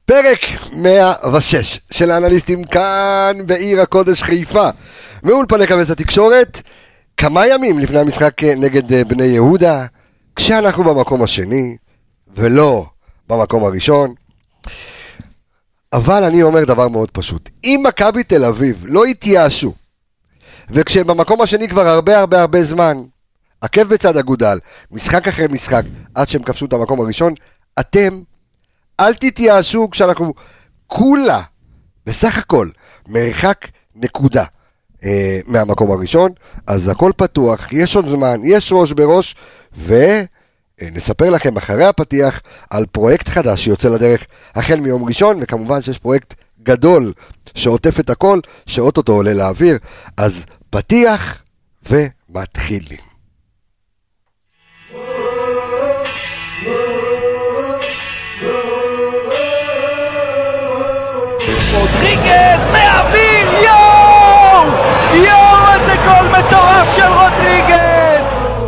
פרק 106 של האנליסטים כאן בעיר הקודש חיפה, מאולפני כבש התקשורת, כמה ימים לפני המשחק נגד בני יהודה, כשאנחנו במקום השני ולא במקום הראשון. אבל אני אומר דבר מאוד פשוט, אם מכבי תל אביב לא התייאשו, וכשהם במקום השני כבר הרבה זמן, עקב בצד אגודל, משחק אחרי משחק, עד שהם כבשו את המקום הראשון, אתם אל תתייאשו כשאנחנו כולה, בסך הכל, מרחק נקודה מהמקום הראשון, אז הכל פתוח, יש עוד זמן, יש ראש בראש, ונספר לכם אחרי הפתיח על פרויקט חדש שיוצא לדרך החל מיום ראשון, וכמובן שיש פרויקט גדול שעוטף את הכל, שאוטוטו עולה לאוויר, אז פתיח ומתחילים. רודריגז מהוויל, יואו, איזה גול מטורף של רודריגז.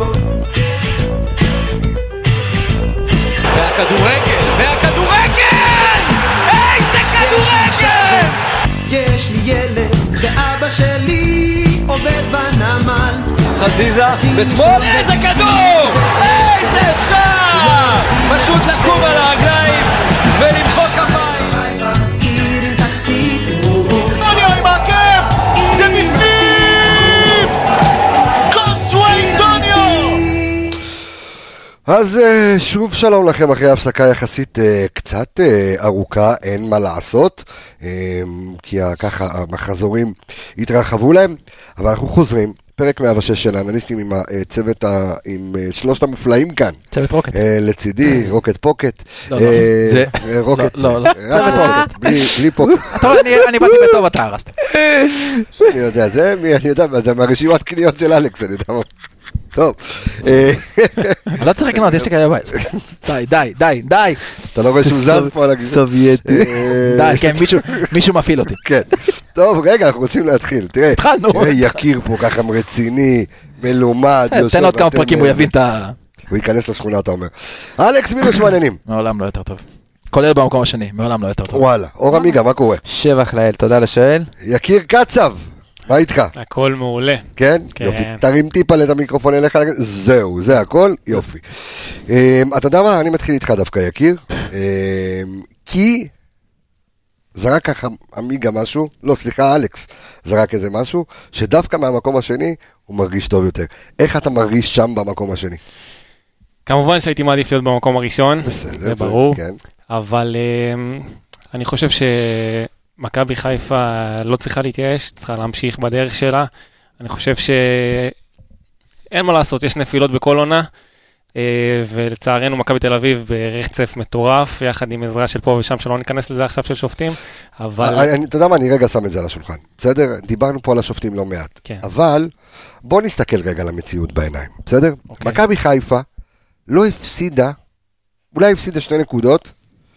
והכדורגל, איזה כדורגל. יש לי ילד ואבא שלי עובד בנמל. חזיזה בשמאל, איזה כדור, איזה אפשר, פשוט לקום על הרגליים ולמחוא כפיים. אז שוב שלום לכם אחרי הפסקה יחסית קצת ארוכה, אין מה לעשות, כי ככה המחזורים התרחבו להם, אבל אנחנו חוזרים, פרק 106 של האנליסטים עם הצוות, עם שלושת המופלאים כאן. צוות רוקט. לצידי, רוקט פוקט. לא, זה... רוקט. לא, צוות רוקט, בלי פוקט. אני באתי בטוב, אתה הרסת. אני יודע, זה מהרשימת קניות של אלכס, אני יודע מה. טוב. לא צריך לקנות, יש לי כאלה בייס. די. אתה לא רואה שהוא זז פה על הגזר. סובייטי. די, כן, מישהו מפעיל אותי. כן. טוב, רגע, אנחנו רוצים להתחיל. תראה, יקיר פה ככה רציני, מלומד. תן עוד כמה פרקים, הוא יבין את ה... הוא ייכנס לשכונה, אתה אומר. אלכס מינוס מעניינים. מעולם לא יותר טוב. כולל במקום השני, מעולם לא יותר טוב. וואלה, אור עמיגה, מה קורה? שבח לאל, תודה לשואל. יקיר קצב. מה איתך? הכל מעולה. כן? יופי. תרים טיפה את המיקרופון אליך. זהו, זה הכל. יופי. אתה יודע מה? אני מתחיל איתך דווקא, יקיר. כי זרק ככה עמיגה משהו, לא, סליחה, אלכס, זרק איזה משהו, שדווקא מהמקום השני הוא מרגיש טוב יותר. איך אתה מרגיש שם במקום השני? כמובן שהייתי מעדיף להיות במקום הראשון. בסדר, זה ברור. כן. אבל אני חושב מכבי חיפה לא צריכה להתייאש, צריכה להמשיך בדרך שלה. אני חושב שאין מה לעשות, יש נפילות בכל עונה, ולצערנו מכבי תל אביב ברצף מטורף, יחד עם עזרה של פה ושם, שלא ניכנס לזה עכשיו של שופטים, אבל... אתה יודע מה, אני רגע שם את זה על השולחן, בסדר? דיברנו פה על השופטים לא מעט, כן. אבל בוא נסתכל רגע על המציאות בעיניים, בסדר? מכבי חיפה לא הפסידה, אולי הפסידה 2 נקודות,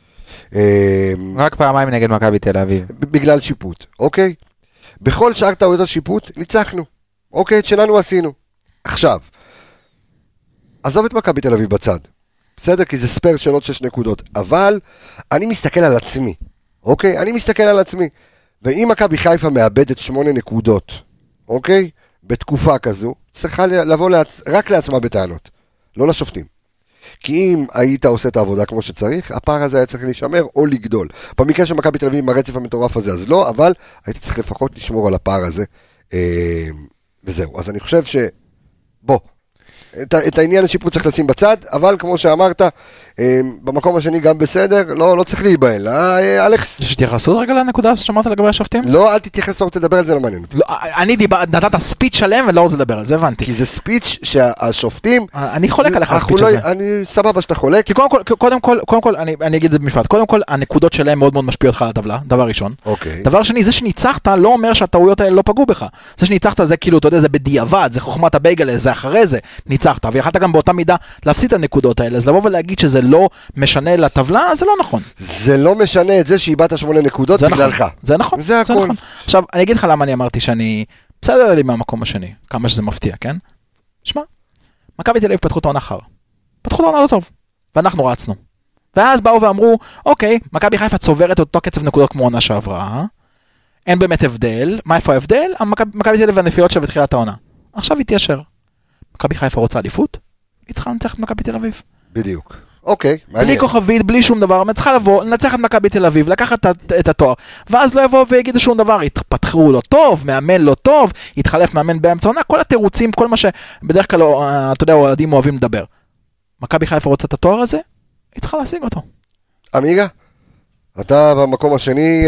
רק פעמיים נגד מכבי תל אביב. בגלל שיפוט, אוקיי? בכל שאר טעויות השיפוט ניצחנו, אוקיי? את שלנו עשינו. עכשיו, עזוב את מכבי תל אביב בצד, בסדר? כי זה ספר של עוד 6 נקודות, אבל אני מסתכל על עצמי, אוקיי? אני מסתכל על עצמי, ואם מכבי חיפה מאבדת 8 נקודות, אוקיי? בתקופה כזו, צריכה לבוא רק לעצמה בטענות, לא לשופטים. כי אם היית עושה את העבודה כמו שצריך, הפער הזה היה צריך להישמר או לגדול. במקרה של מכבי תל אביב עם הרצף המטורף הזה, אז לא, אבל היית צריך לפחות לשמור על הפער הזה. וזהו. אז אני חושב בוא, את העניין השיפוט צריך לשים בצד, אבל כמו שאמרת, במקום השני גם בסדר, לא צריך להיבהל. אלכס? יש התייחסות רגע לנקודה ששמעת לגבי השופטים? לא, אל תתייחס, לא רוצה לדבר על זה, לא מעניין אותי. אני נתת ספיץ' שלם ולא רוצה לדבר על זה, הבנתי. כי זה ספיץ' שהשופטים... אני חולק עליך הספיץ' הזה. אני סבבה שאתה חולק. כי קודם כל, אני אגיד את זה במשפט, קודם כל, הנקודות שלהם מאוד מאוד משפיעות לך על הטבלה, דבר ראשון. דבר שני, זה שניצחת לא אומר שהטעויות האלה לא פגעו בך. זה שניצחת זה כאילו, אתה יודע, זה בדיעבד, זה חוכמת הבייגל, זה אחרי זה ניצחת, ויכלת גם באותה מידה להפסיד את הנקודות האלה, אז לבוא ולהגיד שזה לא משנה לטבלה, זה לא נכון. זה לא משנה את זה שאיבדת 8 נקודות בגללך. זה נכון. זה הכל. עכשיו, אני אגיד לך למה אני אמרתי שאני בסדר לי מהמקום השני, כמה שזה מפתיע, כן? שמע, מכבי תל אביב פתחו את העונה אחר. פתחו את העונה לא טוב, ואנחנו רצנו. ואז באו ואמרו, אוקיי, מכבי חיפה צוברת אותו קצב נקודות כמו עונה שעברה, אין באמת הבדל, מה איפה ההבדל? מכבי תל אביב והנפילות של בתחילת העונה. עכשיו התיישר. מכבי חיפה רוצה אליפות? היא צריכה לנצח את מכבי תל אביב. בדיוק. אוקיי, בלי כוכבית, בלי שום דבר, צריכה לבוא, לנצח את מכבי תל אביב, לקחת את התואר, ואז לא יבואו ויגידו שום דבר, יתפתחו לא טוב, מאמן לא טוב, יתחלף מאמן באמצע עונה, כל התירוצים, כל מה שבדרך כלל, אתה יודע, אוהדים אוהבים לדבר. מכבי חיפה רוצה את התואר הזה? היא צריכה להשיג אותו. אמיגה, אתה במקום השני,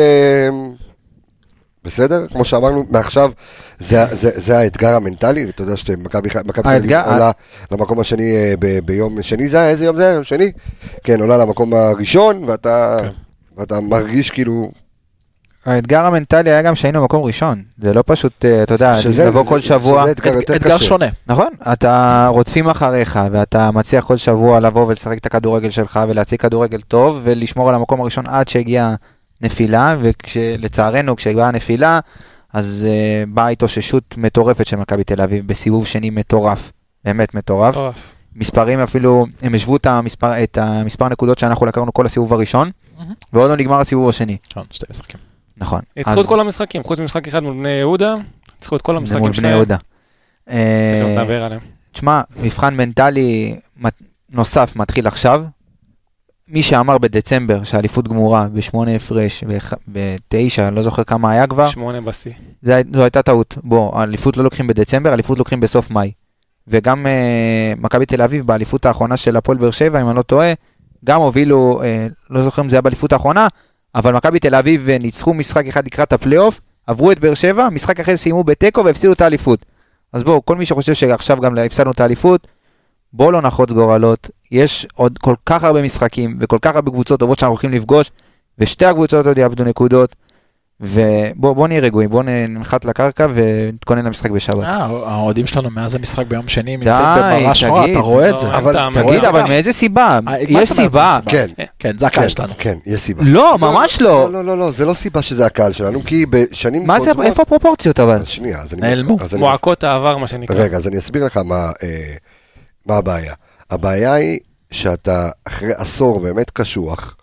בסדר? כמו שאמרנו, מעכשיו, זה האתגר המנטלי, אתה יודע שמכבי תל אביב עולה למקום השני ביום שני, איזה יום זה? יום שני? כן, עולה למקום הראשון, ואתה מרגיש כאילו... האתגר המנטלי היה גם שהיינו במקום ראשון, זה לא פשוט, אתה יודע, לבוא כל שבוע, אתגר שונה. נכון, אתה רודפים אחריך, ואתה מצליח כל שבוע לבוא ולשחק את הכדורגל שלך, ולהציג כדורגל טוב, ולשמור על המקום הראשון עד שהגיע נפילה, ולצערנו, כשהגיעה נפילה, אז באה התאוששות מטורפת של מכבי תל אביב, בסיבוב שני מטורף, באמת מטורף. מספרים אפילו, הם השוו את המספר נקודות שאנחנו לקחנו כל הסיבוב הראשון, ועוד לא נגמר הסיבוב השני. שתי משחקים. נכון. ניצחו את כל המשחקים, חוץ ממשחק אחד מול בני יהודה, ניצחו את כל המשחקים מול בני יהודה. נדבר עליהם. תשמע, מבחן מנטלי נוסף מתחיל עכשיו, מי שאמר בדצמבר שהאליפות גמורה ב8 הפרש, ב9, לא זוכר כמה היה כבר. 8 בסי. זו הייתה טעות. בוא, האליפות לא לוקחים בדצמבר, האליפות לוקחים בסוף מאי. וגם מכבי תל אביב, באליפות האחרונה של הפועל באר שבע, אם אני לא טועה, גם הובילו, לא זוכר אם זה היה באליפות האחרונה, אבל מכבי תל אביב ניצחו משחק אחד לקראת הפלייאוף, עברו את באר שבע, משחק אחרי סיימו בטקו והפסידו את האליפות. אז בואו, כל מי שחושב שעכשיו גם הפסדנו את האליפות, בואו לא נחוץ גורלות, יש עוד כל כך הרבה משחקים וכל כך הרבה קבוצות טובות שאנחנו הולכים לפגוש, ושתי הקבוצות עוד יאבדו נקודות, ובואו נהיה רגועים, בואו ננחת לקרקע ונתכונן למשחק בשבת. האוהדים שלנו מאז המשחק ביום שני נמצאת במראה שחורה, אתה רואה את זה. תגיד, אבל מאיזה סיבה? יש סיבה. כן, זה הקהל שלנו. כן, יש סיבה. לא, ממש לא. לא, זה לא סיבה שזה הקהל שלנו, כי בשנים... מה זה, איפה הפרופורציות אבל? שנייה, נעלמו. מועקות העבר, מה שנקרא. רגע, אז אני אסביר לך מה הבעיה. הבעיה היא שאתה אחרי עשור באמת קשוח,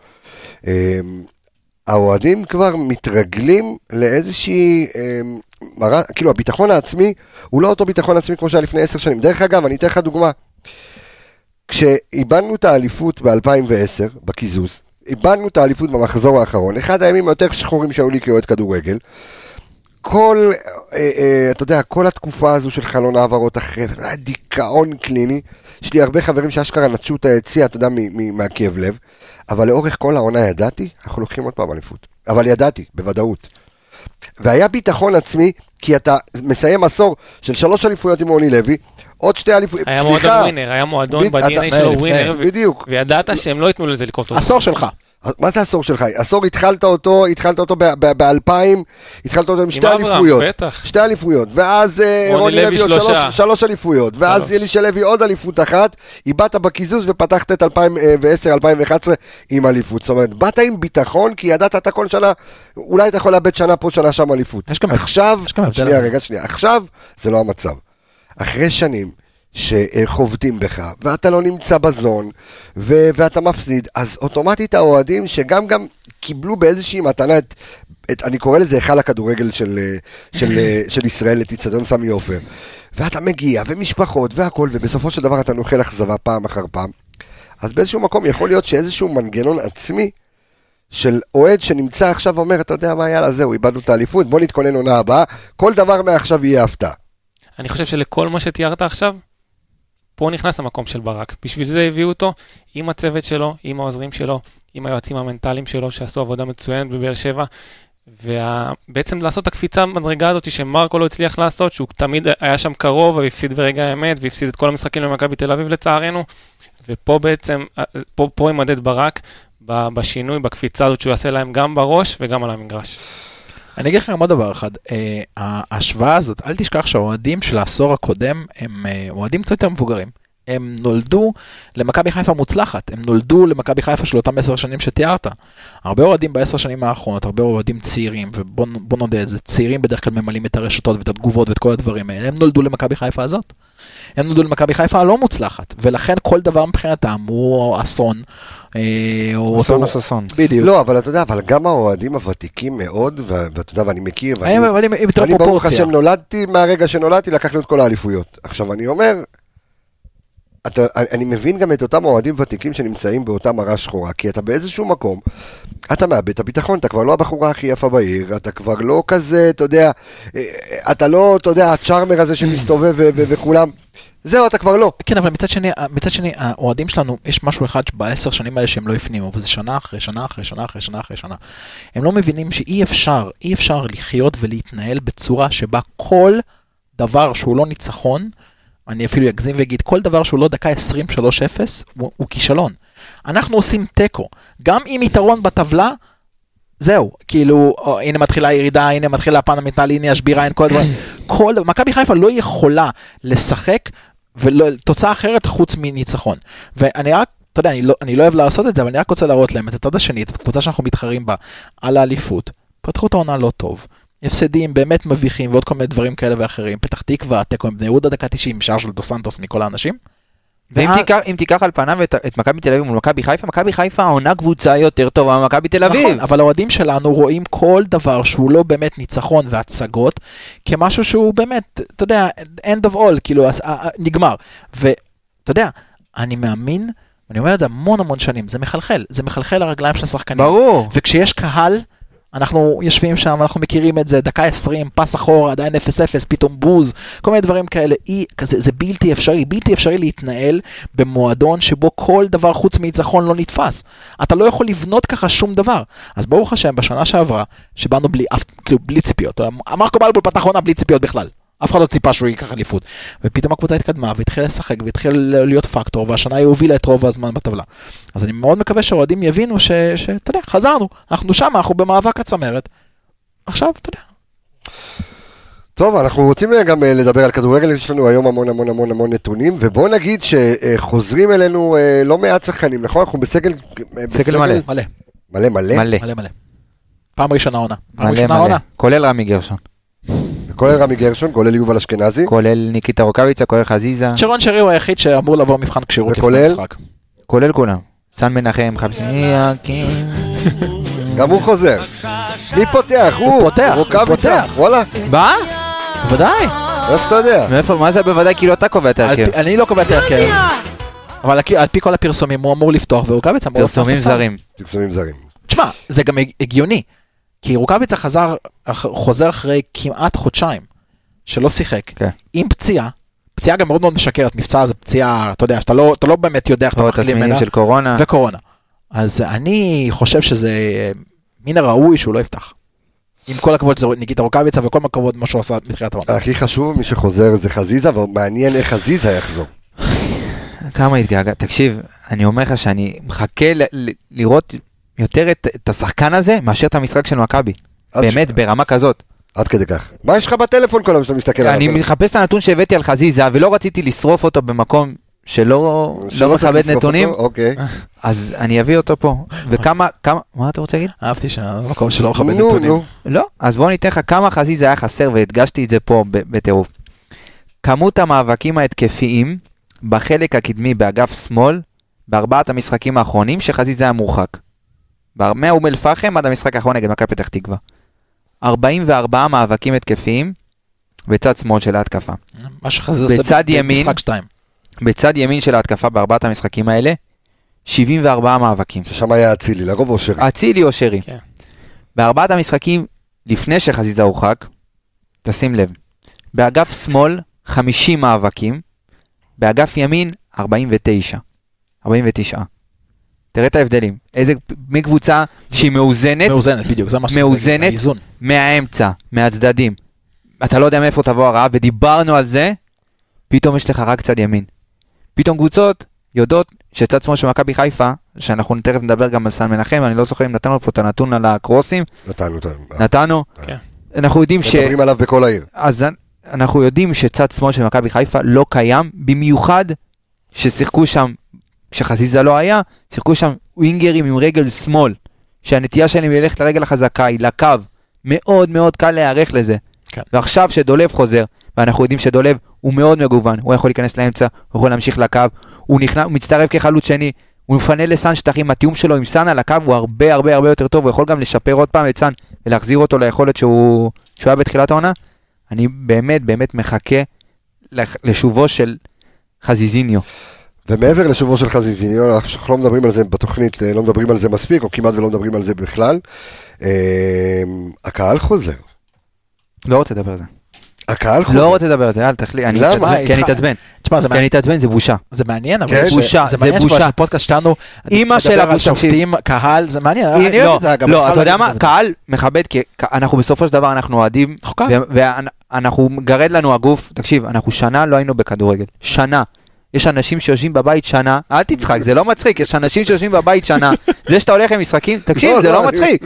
האוהדים כבר מתרגלים לאיזושהי, כאילו הביטחון העצמי הוא לא אותו ביטחון עצמי כמו שהיה לפני 10 שנים. דרך אגב, אני אתן לך דוגמה. כשאיבדנו את האליפות ב-2010, בכיזוז, איבדנו את האליפות במחזור האחרון, אחד הימים יותר שחורים שהיו לי כאוהד כדורגל, אתה יודע, כל התקופה הזו של חלון העברות אחרי, דיכאון קליני, יש לי הרבה חברים שאשכרה נטשו את היציאה, אתה יודע, מהכאב לב, אבל לאורך כל העונה ידעתי, אנחנו לוקחים עוד פעם אליפות. אבל ידעתי, בוודאות. והיה ביטחון עצמי, כי אתה מסיים עשור של 3 אליפויות עם רוני לוי, עוד 2 אליפויות, היה מועדון ווינר, היה מועדון ב-DNA שלו ווינר, בדיוק. וידעת שהם לא ייתנו לזה לקרות. עשור שלך. מה זה עשור שלך? עשור התחלת אותו ב-2000, התחלת אותו עם 2 אליפויות. 2 אליפויות, ואז רוני לוי עוד 3 אליפויות, ואז אלישע לוי עוד אליפות אחת, איבדת בכיזוז ופתחת את 2010-2011 עם אליפות. זאת אומרת, באת עם ביטחון, כי ידעת את הכל שנה, אולי אתה יכול לאבד שנה פה, שנה שם אליפות. עכשיו, שנייה, עכשיו זה לא המצב. אחרי שנים, שחובטים בך, ואתה לא נמצא בזון, ואתה מפסיד, אז אוטומטית האוהדים שגם קיבלו באיזושהי מתנה, אני קורא לזה היכל הכדורגל של ישראל, את סמי עופר, ואתה מגיע, ומשפחות, והכל, ובסופו של דבר אתה נוכל אכזבה פעם אחר פעם, אז באיזשהו מקום יכול להיות שאיזשהו מנגנון עצמי, של אוהד שנמצא עכשיו ואומר, אתה יודע מה, יאללה, זהו, איבדנו את האליפות, בוא נתכונן עונה הבאה, כל דבר מעכשיו יהיה הפתעה. אני חושב שלכל מה שתיארת עכשיו, פה נכנס המקום של ברק. בשביל זה הביאו אותו עם הצוות שלו, עם העוזרים שלו, עם היועצים המנטליים שלו, שעשו עבודה מצוינת בבאר שבע, ובעצם לעשות את הקפיצה המדרגה הזאת שמרקו לא הצליח לעשות, שהוא תמיד היה שם קרוב, והפסיד ברגע האמת, והפסיד את כל המשחקים למכבי תל אביב לצערנו, ופה בעצם, פה ימדד ברק, בשינוי, בקפיצה הזאת שהוא יעשה להם גם בראש וגם על המגרש. אני אגיד לכם עוד דבר אחד, ההשוואה הזאת, אל תשכח שהאוהדים של העשור הקודם הם אוהדים קצת יותר מבוגרים, הם נולדו למכבי חיפה מוצלחת, הם נולדו למכבי חיפה של אותם 10 שנים שתיארת, הרבה אוהדים ב10 שנים האחרונות, הרבה אוהדים צעירים, ובוא נודה את זה, צעירים בדרך כלל ממלאים את הרשתות ואת התגובות ואת כל הדברים האלה, הם נולדו למכבי חיפה הזאת, הם נולדו למכבי חיפה הלא מוצלחת, ולכן כל דבר מבחינתם הוא אסון. אסון או ססון. בדיוק. לא, אבל אתה יודע, אבל גם האוהדים הוותיקים מאוד, ואתה יודע, ואני מכיר, אבל עם יותר אני ברוך פרופורציה. השם נולדתי, מהרגע שנולדתי לקחנו את כל האליפויות. עכשיו אני אומר, אני מבין גם את אותם אוהדים ותיקים שנמצאים באותה מראה שחורה, כי אתה באיזשהו מקום, אתה מאבד את הביטחון, אתה כבר לא הבחורה הכי יפה בעיר, אתה כבר לא כזה, אתה יודע, אתה לא, אתה יודע, הצ'ארמר הזה שמסתובב וכולם, זהו, אתה כבר לא. כן, אבל מצד שני, האוהדים שלנו, יש משהו אחד ב10 שנים האלה שהם לא הפנימו, וזה שנה אחרי שנה אחרי שנה אחרי שנה אחרי שנה. הם לא מבינים שאי אפשר לחיות ולהתנהל בצורה שבה כל דבר שהוא לא ניצחון, אני אפילו אגזים ואגיד, כל דבר שהוא לא דקה 23-0, הוא כישלון. אנחנו עושים טקו, גם עם יתרון בטבלה, זהו, כאילו, הנה מתחילה הירידה, הנה מתחילה הפן המנטלי, הנה השבירה, הנה כל הדברים. מכבי חיפה לא יכולה לשחק, ותוצאה אחרת חוץ מניצחון. ואני רק, אתה יודע, אני לא אוהב לעשות את זה, אבל אני רק רוצה להראות להם את הצד השני, את הקבוצה שאנחנו מתחרים בה, על האליפות. פתחו את העונה לא טוב. הפסדים באמת מביכים, ועוד כל מיני דברים כאלה ואחרים. פתח תקווה, תיקו עם בני יהודה דקה 90, שער של דו סנטוס מכל האנשים. ואם תיקח על פניו את מכבי תל אביב מול מכבי חיפה העונה קבוצה יותר טובה ממכבי תל אביב. נכון, אבל האוהדים שלנו רואים כל דבר שהוא לא באמת ניצחון והצגות, כמשהו שהוא באמת, אתה יודע, end of all, כאילו, נגמר. ואתה יודע, אני מאמין, אני אומר את זה המון שנים, זה מחלחל לרגליים של השחקנים. ברור. וכשיש קהל, אנחנו יושבים שם, אנחנו מכירים את זה, דקה 20, פס אחורה, עדיין 0-0, פתאום בוז, כל מיני דברים כאלה, זה בלתי אפשרי להתנהל במועדון שבו כל דבר חוץ מניצחון לא נתפס. אתה לא יכול לבנות ככה שום דבר. אז ברוך השם, בשנה שעברה, שבאנו בלי ציפיות, מרקו בלבול פתח עונה בלי ציפיות בכלל. אף אחד לא ציפה שהוא ייקח אליפות. ופתאום הקבוצה התקדמה, והתחילה לשחק, והתחילה להיות פקטור, והשנה היא הובילה את רוב הזמן בטבלה. אז אני מאוד מקווה שהאוהדים יבינו שאתה יודע, חזרנו, אנחנו שם, אנחנו במאבק הצמרת. עכשיו, אתה יודע. טוב, אנחנו רוצים גם לדבר על כדורגל, יש לנו היום המון נתונים, ובואו נגיד שחוזרים אלינו לא מעט שחקנים, נכון? אנחנו בסגל מלא. פעם ראשונה עונה. כולל רמי גרשון. כולל רמי גרשון, כולל יובל אשכנזי. כולל ניקיטה רוקאביצה, כולל חזיזה. שרון שרי הוא היחיד שאמור לעבור מבחן כשירות לפני המשחק. כולל כולם. סן מנחם, גם הוא חוזר. מי פותח? הוא פותח. רוקאביצה. וואלה. מה? בוודאי. איפה אתה יודע? מה זה בוודאי? כאילו אתה קובע את ההרכב. אני לא קובע את ההרכב. אבל על פי כל הפרסומים הוא אמור לפתוח, ורוקאביצה אמור לפתוח. פרסומים זרים. תשמע, זה גם הגיוני. כי רוקאביצה חוזר אחרי כמעט חודשיים, שלא שיחק, עם פציעה גם מאוד מאוד משקרת, מבצע זה פציעה, אתה יודע, אתה לא באמת יודע איך אתה מחלים ממנה, של קורונה. וקורונה. אז אני חושב שזה מן הראוי שהוא לא יפתח. עם כל הכבוד זה ניקיטה רוקאביצה, וכל הכבוד מה שהוא עשה בתחילת העונה. הכי חשוב, מי שחוזר זה חזיזה, ומעניין איך חזיזה יחזור. כמה התגעגע, תקשיב, אני אומר לך שאני מחכה לראות יותר את השחקן הזה, מאשר את המשחק של מכבי. באמת, ברמה כזאת. עד כדי כך. מה יש לך בטלפון כל פעם שאתה מסתכל עליו? אני מחפש את הנתון שהבאתי על חזיזה, ולא רציתי לשרוף אותו במקום שלא מכבד נתונים, אז אני אביא אותו פה. וכמה, מה אתה רוצה להגיד? אהבתי שהמקום שלא מכבד נתונים. לא, אז בואו ניתן לך כמה חזיזה היה חסר, והדגשתי את זה פה בטירוף. כמות המאבקים ההתקפיים, בחלק הקדמי באגף שמאל, בארבעת המשחקים האחרונים, שחזיזה היה מורחק. מאום אל פחם עד המשחק האחרון נגד מכבי פתח תקווה. 44 מאבקים התקפיים בצד שמאל של ההתקפה. בצד ימין, בצד ימין של ההתקפה בארבעת המשחקים האלה, 74 מאבקים. ששם היה אצילי, לרוב או שרי. אצילי או שרי. בארבעת המשחקים לפני שחזיזה הורחק, תשים לב, באגף שמאל 50 מאבקים, באגף ימין 49. תראה את ההבדלים. מקבוצה שהיא מאוזנת, בדיוק, זה מה מאוזנת, מהאמצע, מהצדדים. אתה לא יודע מאיפה תבוא הרעה, ודיברנו על זה, פתאום יש לך רק צד ימין. פתאום קבוצות יודעות שצד שמאל של מכבי חיפה, שאנחנו תכף נדבר גם על סן מנחם, אני לא זוכר אם נתנו פה את הנתון על הקרוסים. נתנו. אנחנו יודעים מדברים עליו בכל העיר. אז אנחנו יודעים שצד שמאל של מכבי חיפה לא קיים, במיוחד ששיחקו שם, כשחזיזה לא היה, שיחקו שם ווינגרים עם רגל שמאל, שהנטייה שלהם היא ללכת לרגל החזקה, היא לקו, מאוד מאוד קל להיערך לזה. כן. ועכשיו שדולב חוזר, ואנחנו יודעים שדולב הוא מאוד מגוון, הוא יכול להיכנס לאמצע, הוא יכול להמשיך לקו, הוא מצטרף כחלוץ שני, הוא מפנה לסן שטחים, התיאום שלו עם סן על הקו הוא הרבה הרבה הרבה יותר טוב, הוא יכול גם לשפר עוד פעם את סן, ולהחזיר אותו ליכולת שהוא היה בתחילת העונה. אני באמת באמת מחכה לשובו של חזיזיניו. ומעבר לשובו של חזיזיניו, אנחנו לא מדברים על זה בתוכנית, לא מדברים על זה מספיק, או כמעט ולא מדברים על זה בכלל. הקהל חוזר. לא רוצה לדבר על זה. הקהל חוזר. לא רוצה לדבר על זה, אל תחליט, כי אני אתעצבן. תשמע, כי אני אתעצבן, זה בושה. זה מעניין, אבל זה בושה, זה בושה. פודקאסט שלנו, אמא של השופטים, קהל, זה מעניין. אני אוהב את זה, אגב. לא, אתה יודע מה? קהל מכבד, כי אנחנו בסופו של דבר, אנחנו אוהדים, ואנחנו גרד לנו הגוף, תקשיב, אנחנו שנה לא היינו בכדורגל. שנה. יש אנשים שיושבים בבית שנה, אל תצחק, זה לא מצחיק, יש אנשים שיושבים בבית שנה, זה שאתה הולך למשחקים, תקשיב, זה לא מצחיק.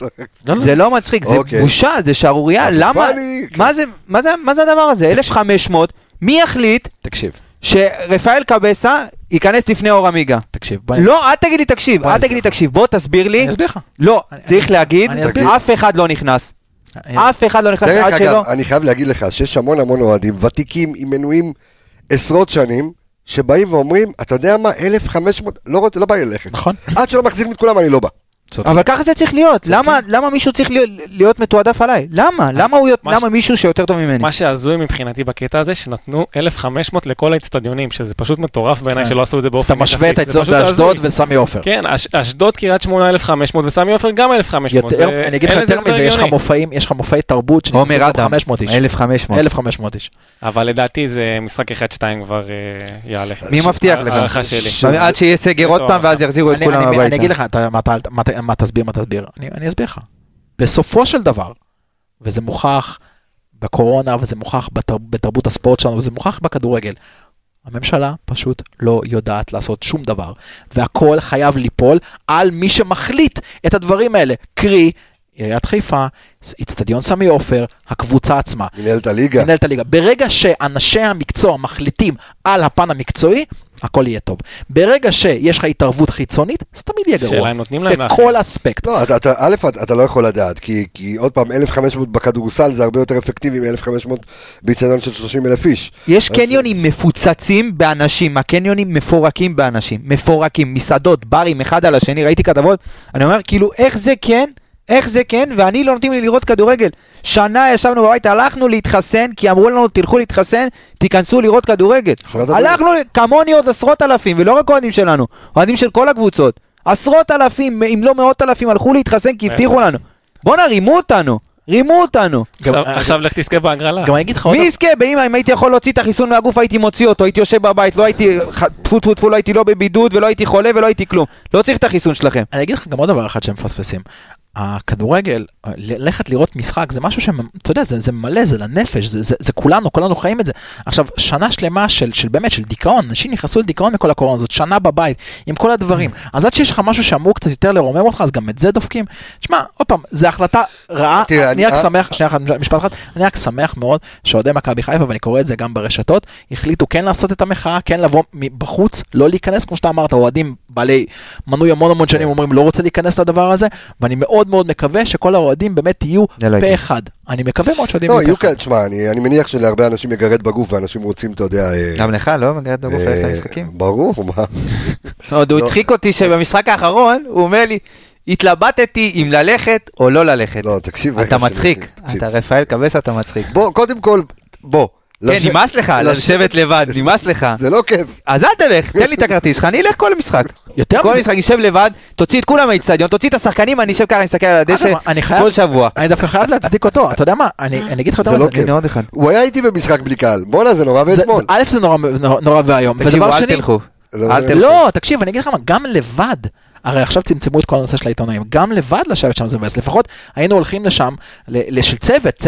זה לא מצחיק, זה בושה, זה שערוריה, למה? מה זה הדבר הזה? 1,500, מי יחליט? תקשיב. שרפאל קבסה ייכנס לפני אור עמיגה. תקשיב. לא, אל תגיד לי תקשיב, בוא תסביר לי. אני אסביר לך. לא, צריך להגיד, אף אחד לא נכנס. אף אחד לא נכנס עד שלא. אני חייב להגיד לך שיש המון אוהדים, ותיקים עם מנויים עשרות שנים, שבאים ואומרים, אתה יודע מה, 1,500, לא בא ללכת. נכון. עד שלא מחזירים את כולם, אני לא בא. אבל ככה זה צריך להיות. למה מישהו צריך להיות מתועדף עליי? למה? למה מישהו שיותר טוב ממני? מה שהזוי מבחינתי בקטע הזה, שנתנו 1,500 לכל האצטדיונים, שזה פשוט מטורף בעיניי שלא עשו את זה באופן... אתה משווה את האצטדיון באשדוד וסמי עופר. כן, אשדוד קריית שמונה 1,500 וסמי עופר גם 1,500. אני אגיד לך יותר מזה, יש לך מופעי תרבות שנכנסים 1,500 איש. 1,500 איש. אבל לדעתי זה משחק 1-2 כבר יעלה. מי מבטיח לך? הערכה שלי. עד שיהיה סגר עוד פעם ואז יחזירו את כולם הביתה. אני אגיד לך, מה תסביר? אני אסביר לך. בסופו של דבר, וזה מוכח בקורונה, וזה מוכח בתרבות הספורט שלנו, וזה מוכח בכדורגל, הממשלה פשוט לא יודעת לעשות שום דבר, והכל חייב ליפול על מי שמחליט את הדברים האלה. קרי, עיריית חיפה, אצטדיון סמי עופר, הקבוצה עצמה. מנהלת הליגה. ברגע שאנשי המקצוע מחליטים על הפן המקצועי, הכל יהיה טוב. ברגע שיש לך התערבות חיצונית, זה תמיד יהיה גרוע. שאלה, נותנים להם בכל אספקט. לא, אתה לא יכול לדעת, כי עוד פעם, 1,500 בכדורסל זה הרבה יותר אפקטיבי מ-1,500 באצטדיון של 30,000 איש. יש קניונים מפוצצים באנשים, הקניונים מפורקים באנשים, מפורקים, מסעדות, ברים, אחד על השני, ראיתי כתבות, אני אומר, כאילו, איך זה כן, ואני לא נותנים לי לראות כדורגל. שנה ישבנו בבית, הלכנו להתחסן, כי אמרו לנו, תלכו להתחסן, תיכנסו לראות כדורגל. הלכנו כמוני עוד 10,000, ולא רק אוהדים שלנו, אוהדים של כל הקבוצות. 10,000, אם לא 100,000, הלכו להתחסן, כי הבטיחו לנו. בוא רימו אותנו. עכשיו לך תזכה בהגרלה. גם אני אגיד לך מי יזכה? אם הייתי יכול להוציא את החיסון מהגוף, הייתי מוציא אותו, הייתי יושב בבית, לא הייתי, לא הייתי לא בבידוד, ולא הייתי חולה, ולא הייתי כלום. לא צריך את החיסון שלכם. אני אגיד לך גם עוד דבר אחד שהם מפספסים. הכדורגל, ללכת לראות משחק, זה משהו אתה יודע, זה מלא, זה לנפש, זה כולנו חיים את זה. עכשיו, שנה שלמה של באמת, של דיכאון, אנשים נכנסו לדיכאון מכל הקורונה, זאת שנה בבית, עם כל הדברים. אז עד שיש לך משהו שאמור קצת יותר לרומם אותך, אז גם את זה דופקים. תשמע, עוד פעם, זו החלטה רעה, אני רק שמח, משפט אחד, אני רק שמח מאוד שאוהדי מכבי חיפה, ואני קורא את זה גם ברשתות, החליטו כן לעשות את המחאה, כן לבוא בחוץ, לא להיכנס, כמו שאתה אמרת, אוהדים בעלי מנוי המון שנים אומרים, לא רוצה להיכנס לדבר הזה, ואני מאוד מאוד מקווה שכל האוהדים באמת יהיו פה אחד. אני מקווה מאוד שאוהדים יהיו פה אחד. תשמע, אני מניח שלהרבה אנשים יגרד בגוף, ואנשים רוצים, אתה יודע... גם לך, לא? מגרד בגוף ללכת למשחקים? ברור, מה? עוד הוא הצחיק אותי שבמשחק האחרון, הוא אומר לי, התלבטתי אם ללכת או לא ללכת. לא, תקשיב. אתה מצחיק. אתה רפאל קבסה, אתה מצחיק. בוא, קודם כל, בוא. כן, נמאס לך, לשבת לבד, נמאס לך. זה לא כיף. אז אל תלך, תן לי את הכרטיס, אני אלך כל משחק. כל משחק, נשב לבד, תוציא את כולם מהאצטדיון, תוציא את השחקנים, אני אשב ככה, אני אסתכל על הדשא כל שבוע. אני דווקא חייב להצדיק אותו, אתה יודע מה, אני אגיד לך זה לא כיף. הוא היה איתי במשחק בלי קהל, בוא'נה, זה נורא ואתמול. א' זה נורא והיום. תקשיבו, אל תלכו. לא, תקשיב, אני אגיד לך מה, גם לבד. הרי עכשיו צמצמו את כל הנושא של העיתונאים, גם לבד לשבת שם זה מבאס, לפחות היינו הולכים לשם, של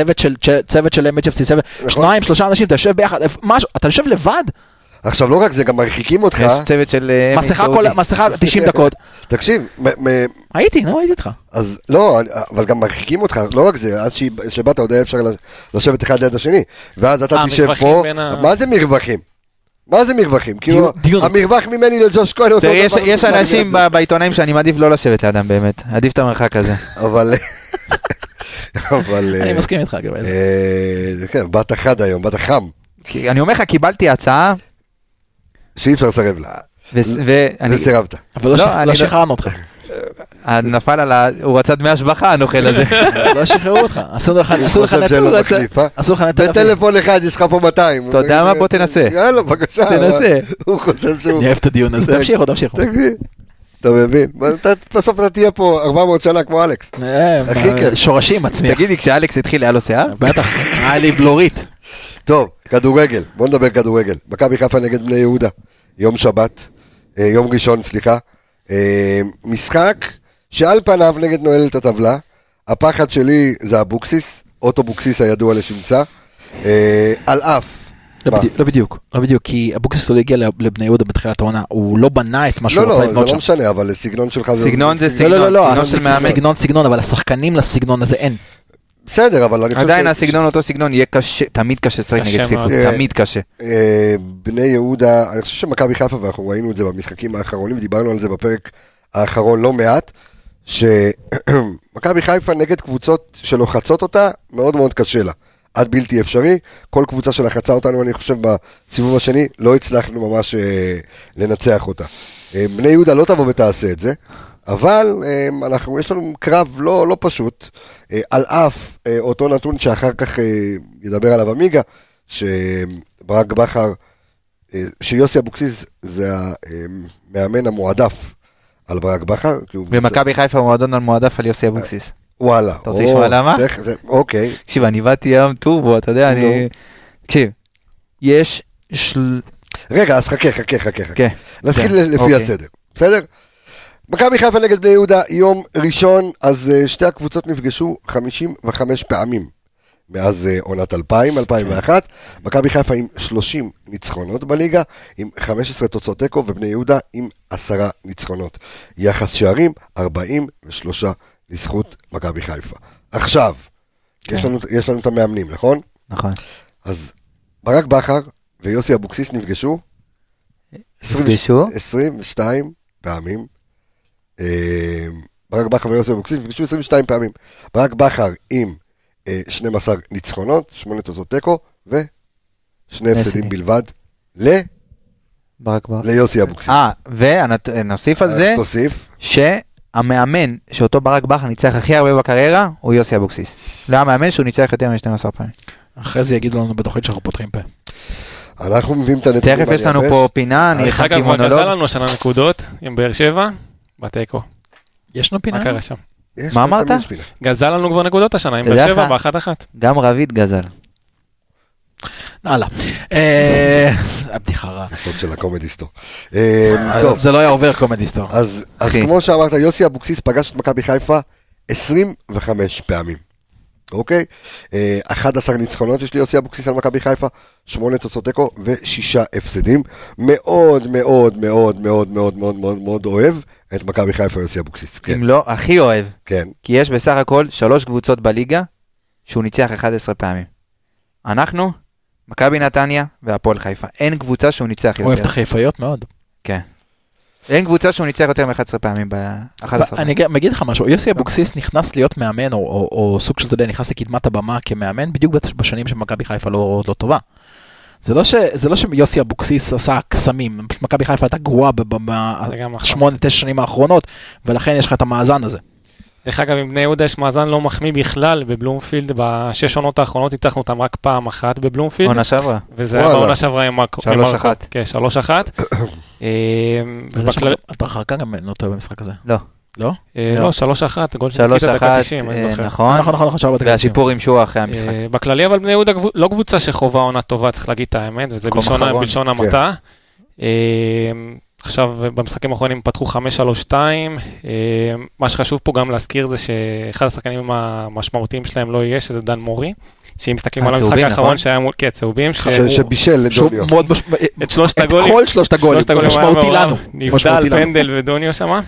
צוות של MHFC, 2-3 אנשים, אתה יושב ביחד, אתה יושב לבד. עכשיו לא רק זה, גם מרחיקים אותך. יש צוות של... מסכה 90 דקות. תקשיב. הייתי איתך. אז לא, אבל גם מרחיקים אותך, לא רק זה, אז שבאת עוד אפשר לשבת אחד ליד השני, ואז אתה תשב פה, מה זה מרווחים? מה זה מרווחים? כאילו, המרווח ממני לג'וש כהן... יש אנשים בעיתונאים שאני מעדיף לא לשבת לאדם באמת, עדיף את המרחק הזה. אבל... אני מסכים איתך, גבי. כן, באת חד היום, באת חם. אני אומר לך, קיבלתי הצעה, שאי אפשר לסרב לה. וסירבת. אבל לא שחררנו אותך. נפל על הוא רצה דמי השבחה, הנוכל הזה. לא שחררו אותך. עשו לך נטל. בטלפון אחד יש לך פה 200. אתה יודע מה? בוא תנסה. יאללה, בבקשה. תנסה. הוא חושב שהוא... אני אוהב את הדיון הזה. תמשיכו. אתה מבין? בסוף אתה תהיה פה 400 שנה כמו אלכס. שורשים מצמיח. תגידי, כשאלכס התחיל היה לו שיער? בטח, היה לי בלורית. טוב, כדורגל. בוא נדבר כדורגל. מכבי חיפה נגד בני יהודה. יום ראשון, סליחה. משחק שעל פניו נגד נועל את הטבלה. הפחד שלי זה אבוקסיס, אוטו בוקסיס הידוע לשמצה. על אף. לא בדיוק, כי אבוקסיס לא הגיע לבני יהודה בתחילת העונה, הוא לא בנה את מה שהוא רוצה לבנות שם. לא, זה לא משנה, אבל סגנון שלך זה... סגנון זה סגנון. לא, סגנון, אבל השחקנים לסגנון הזה אין. בסדר, אבל אני חושב... עדיין הסגנון אותו סגנון יהיה קשה, תמיד קשה לשחק נגד צפיפות, תמיד קשה. בני יהודה, אני חושב שמכבי חיפה, ואנחנו ראינו את זה במשחקים האחרונים, ודיברנו על זה בפרק האחרון לא מעט, שמכבי חיפה נגד קבוצות שלוחצות אותה, מאוד מאוד קשה לה. עד בלתי אפשרי, כל קבוצה שלחצה אותנו, אני חושב בסיבוב השני, לא הצלחנו ממש לנצח אותה. בני יהודה לא תבוא ותעשה את זה, אבל יש לנו קרב לא פשוט, על אף אותו נתון שאחר כך ידבר עליו אמיגה, שברק בכר, שיוסי אבוקסיס זה המאמן המועדף על ברק בכר. במכבי חיפה מועדון על מועדף על יוסי אבוקסיס. וואלה. אתה רוצה לשמוע למה? אוקיי. תקשיב, אני באתי ים טורבו, אתה יודע, תקשיב, יש רגע, אז חכה. נתחיל לפי הסדר, בסדר? מכבי חיפה נגד בני יהודה, יום ראשון, אז שתי הקבוצות נפגשו 55 פעמים, מאז עונת 2000-2001, מכבי חיפה עם 30 ניצחונות בליגה, עם 15 תוצאות תיקו, ובני יהודה עם 10 ניצחונות. יחס שערים, 43 לזכות מכבי חיפה. עכשיו, יש לנו את המאמנים, נכון? נכון. אז ברק בכר ויוסי אבוקסיס נפגשו 22 פעמים. ברק בכר ויוסי אבוקסיס נפגשו 22 פעמים. ברק בכר עם 12 ניצחונות, 8 תוצאות תיקו, ושני הפסדים בלבד ליוסי אבוקסיס. ונוסיף על זה שהמאמן שאותו ברק בכר ניצח הכי הרבה בקריירה הוא יוסי אבוקסיס. לא המאמן שהוא ניצח יותר מ-12 פעמים. אחרי זה יגידו לנו בתוכנית שאנחנו פותחים פה. אנחנו מביאים את הנתונים. תכף יש לנו פה פינה, אני הכנתי מונולוג. אגב, גזל לנו השנה נקודות עם באר שבע, בתיקו. יש לנו פינה? מה קרה שם? מה אמרת? גזל לנו כבר נקודות השנה עם באר שבע ב1-1. גם רביד גזל. הלאה. הבדיחה רעה. זאת של הקומדיסטור. זה לא היה עובר קומדיסטור. אז כמו שאמרת, יוסי אבוקסיס פגש את מכבי חיפה 25 פעמים. אוקיי? 11 ניצחונות יש לי יוסי אבוקסיס על מכבי חיפה, 8 תוצאות תיקו ו6 הפסדים. מאוד מאוד מאוד מאוד מאוד מאוד מאוד מאוד אוהב את מכבי חיפה יוסי אבוקסיס. אם לא, הכי אוהב. כן. כי יש בסך הכל 3 קבוצות בליגה שהוא ניצח 11 פעמים. אנחנו, מכבי נתניה והפועל חיפה. אין קבוצה שהוא ניצח יותר. אוהב את החיפאיות מאוד. כן. אין קבוצה שהוא ניצח יותר מ-11 פעמים ב-11. אני אגיד לך משהו, יוסי אבוקסיס נכנס להיות מאמן, או סוג של, אתה יודע, נכנס לקדמת הבמה כמאמן, בדיוק בשנים שמכבי חיפה לא טובה. זה לא שיוסי אבוקסיס עשה קסמים, מכבי חיפה הייתה גרועה ב-8-9 שנים האחרונות, ולכן יש לך את המאזן הזה. דרך אגב, עם בני יהודה יש מאזן לא מחמיא בכלל בבלומפילד, ב6 עונות האחרונות ניצחנו אותם רק פעם אחת בבלומפילד. עונה שעברה. וזה היה בעונה שעברה עם מרקו. 3-1. כן, 3-1. אתה אחר כך גם נוטה במשחק הזה. לא. לא? לא, 3-1 גול של ניקיטה דקה 90, אני זוכר. נכון. והסיפור עם שועה אחרי המשחק. בכללי, אבל בני יהודה לא קבוצה שחובה עונה טובה, צריך להגיד את האמת, וזה בלשון המעטה. עכשיו במשחקים האחרונים פתחו 5-3-2, מה שחשוב פה גם להזכיר זה שאחד השחקנים המשמעותיים שלהם לא יהיה, שזה דן מורי, שאם מסתכלים על המשחק האחרון שהיה מול, כן, צהובים, שבישל לדוניו. את 3 הגולים, כל 3 הגולים, משמעותי לנו. נבדל, פנדל ודוניו שמה.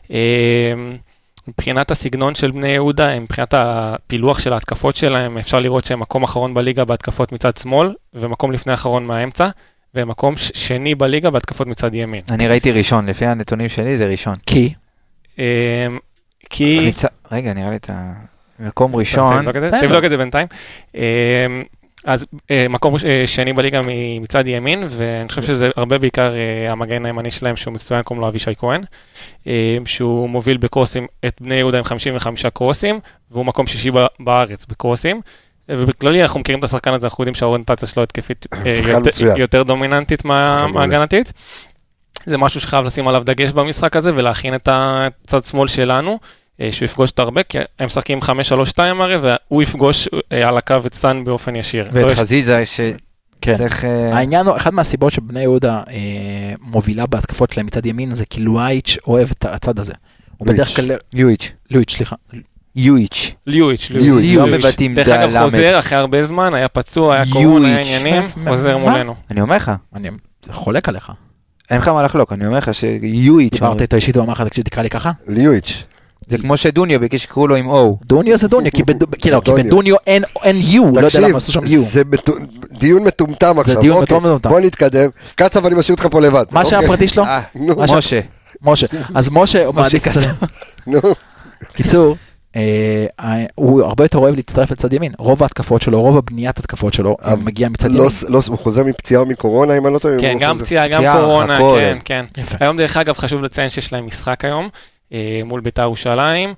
מבחינת הסגנון של בני יהודה, מבחינת הפילוח של ההתקפות שלהם, אפשר לראות שהם מקום אחרון בליגה בהתקפות מצד שמאל, ומקום לפני האחרון מהאמצע. ומקום שני בליגה בהתקפות מצד ימין. אני ראיתי ראשון, לפי הנתונים שלי זה ראשון. כי? רגע, נראה לי את המקום ראשון. תבדוק את זה בינתיים. אז מקום שני בליגה מצד ימין, ואני חושב שזה הרבה בעיקר המגן הימני שלהם, שהוא מצוין, קוראים לו אבישי כהן, שהוא מוביל בקרוסים את בני יהודה עם 55 קרוסים, והוא מקום שישי בארץ בקרוסים, ובכללי אנחנו מכירים את השחקן הזה, אנחנו יודעים שהאוריינטציה שלו התקפית יותר דומיננטית מהגנתית. זה משהו שחייב לשים עליו דגש במשחק הזה, ולהכין את הצד שמאל שלנו, שהוא יפגוש את הרבה, כי הם משחקים 5-3-2 הרי, והוא יפגוש על הקו את סן באופן ישיר. ואת חזיזה שצריך... העניין הוא, אחד מהסיבות שבני יהודה מובילה בהתקפות שלהם מצד ימין, זה כי לואיץ' אוהב את הצד הזה. הוא בדרך כלל... לואיץ', סליחה. ליואיץ'. לא מבטאים דרך אגב חוזר אחרי הרבה זמן, היה פצוע, היה קורונה, היה עניינים, חוזר מולנו. אני אומר לך. אני חולק עליך. אין לך מה לחלוק, אני אומר לך שיואיץ'. דיברת איתו אישית ואומר לך כשתקרא לי ככה? ליואיץ'. זה כמו שדוניו, ביקש שקראו לו עם או. דוניו זה דוניו, כי בדוניו אין יו, לא יודע למה עשו שם יו. זה דיון מטומטם עכשיו, בוא נתקדם, קצב אני משאיר אותך פה לבד. מה שהפרטי שלו? משה. אז משה מעדיף קצת. קיצור, הוא הרבה יותר אוהב להצטרף לצד ימין. רוב ההתקפות שלו, רוב הבניית התקפות שלו, מגיע מצד ימין. הוא חוזר מפציעה או מקורונה, אם אני לא טועה. כן, גם פציעה, גם קורונה, כן. היום דרך אגב חשוב לציין שיש להם משחק היום, מול בית"ר ירושלים.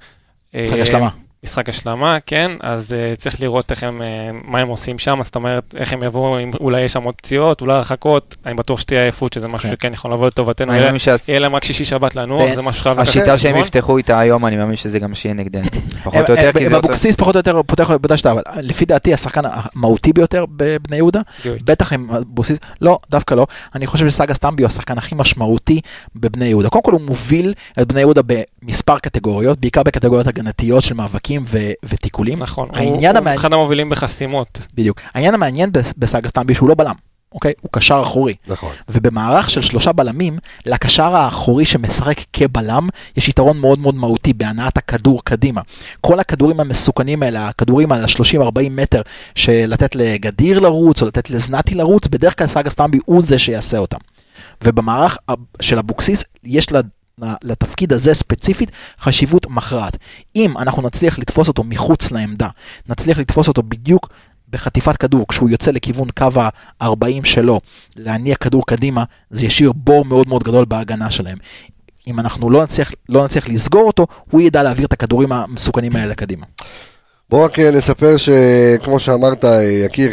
משחק השלמה, כן, אז צריך לראות מה הם עושים שם, זאת אומרת, איך הם יבואו, אולי יש שם עוד פציעות, אולי הרחקות, אני בטוח שתהיה עייפות, שזה משהו שכן יכול לבוא לטובתנו, יהיה להם רק שישי שבת לנוח, זה משהו שחייב לקחת. השיטה שהם יפתחו איתה היום, אני מאמין שזה גם שיהיה נגדנו. פחות או יותר, כי זה... בבוקסיס פחות או יותר פותח בדשתה, אבל לפי דעתי, השחקן המהותי ביותר בבני יהודה, בטח עם בוקסיס, לא, דווקא לא, אני חושב שסגה סטמבי הוא השחקן הכי משמעותי בבני יהודה. קודם כל הוא מוביל את בני יהודה במספר קטגוריות, בעיקר בקטגוריות הגנתיות של מאבקים ותיקולים. נכון, הוא אחד המובילים בחסימות. בדיוק. העניין המעניין בסגה סטמבי שהוא לא בלם, אוקיי? הוא קשר אחורי. נכון. ובמערך של 3 בלמים, לקשר האחורי שמשחק כבלם, יש יתרון מאוד מאוד מהותי בהנעת הכדור קדימה. כל הכדורים המסוכנים האלה, הכדורים על 30-40 מטר, שלתת לגדיר לרוץ, או לתת לזנתי לרוץ, בדרך כלל סגה סטמבי הוא זה שיעשה אותם. ובמערך של אבוקסיס, יש לתפקיד הזה ספציפית חשיבות מכרעת. אם אנחנו נצליח לתפוס אותו מחוץ לעמדה, נצליח לתפוס אותו בדיוק בחטיפת כדור, כשהוא יוצא לכיוון קו ה-40 שלו, להניע כדור קדימה, זה ישאיר בור מאוד מאוד גדול בהגנה שלהם. אם אנחנו לא נצליח לסגור אותו, הוא ידע להעביר את הכדורים המסוכנים האלה קדימה. בואו רק נספר שכמו שאמרת, יקיר,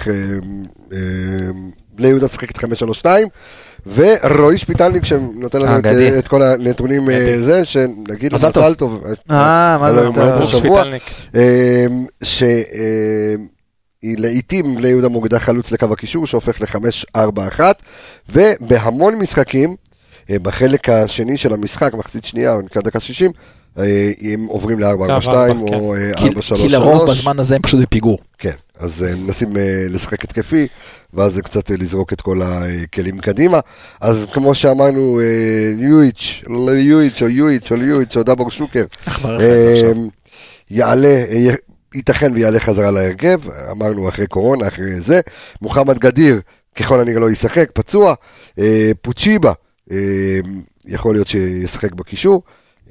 בני יהודה שחקת 5-3-2, ורועי שפיטלניק שנותן לנו את כל הנתונים זה, שנגיד לו מזל טוב, שלעיתים בני יהודה מורידה חלוץ לקו הקישור, שהופך ל-5-4-1, ובהמון משחקים, בחלק השני של המשחק, מחצית שנייה, או נקרא דקה 60, הם עוברים ל-4-4-2 או 4-3-3. כי לרוב בזמן הזה הם פשוט בפיגור. כן, אז מנסים לשחק התקפי, ואז זה קצת לזרוק את כל הכלים קדימה. אז כמו שאמרנו, יואיץ' או דאבור שוקר, ייתכן ויעלה חזרה להרכב, אמרנו אחרי קורונה, אחרי זה. מוחמד גדיר, ככל הנראה לא ישחק, פצוע. פוצ'יבה, יכול להיות שישחק בקישור.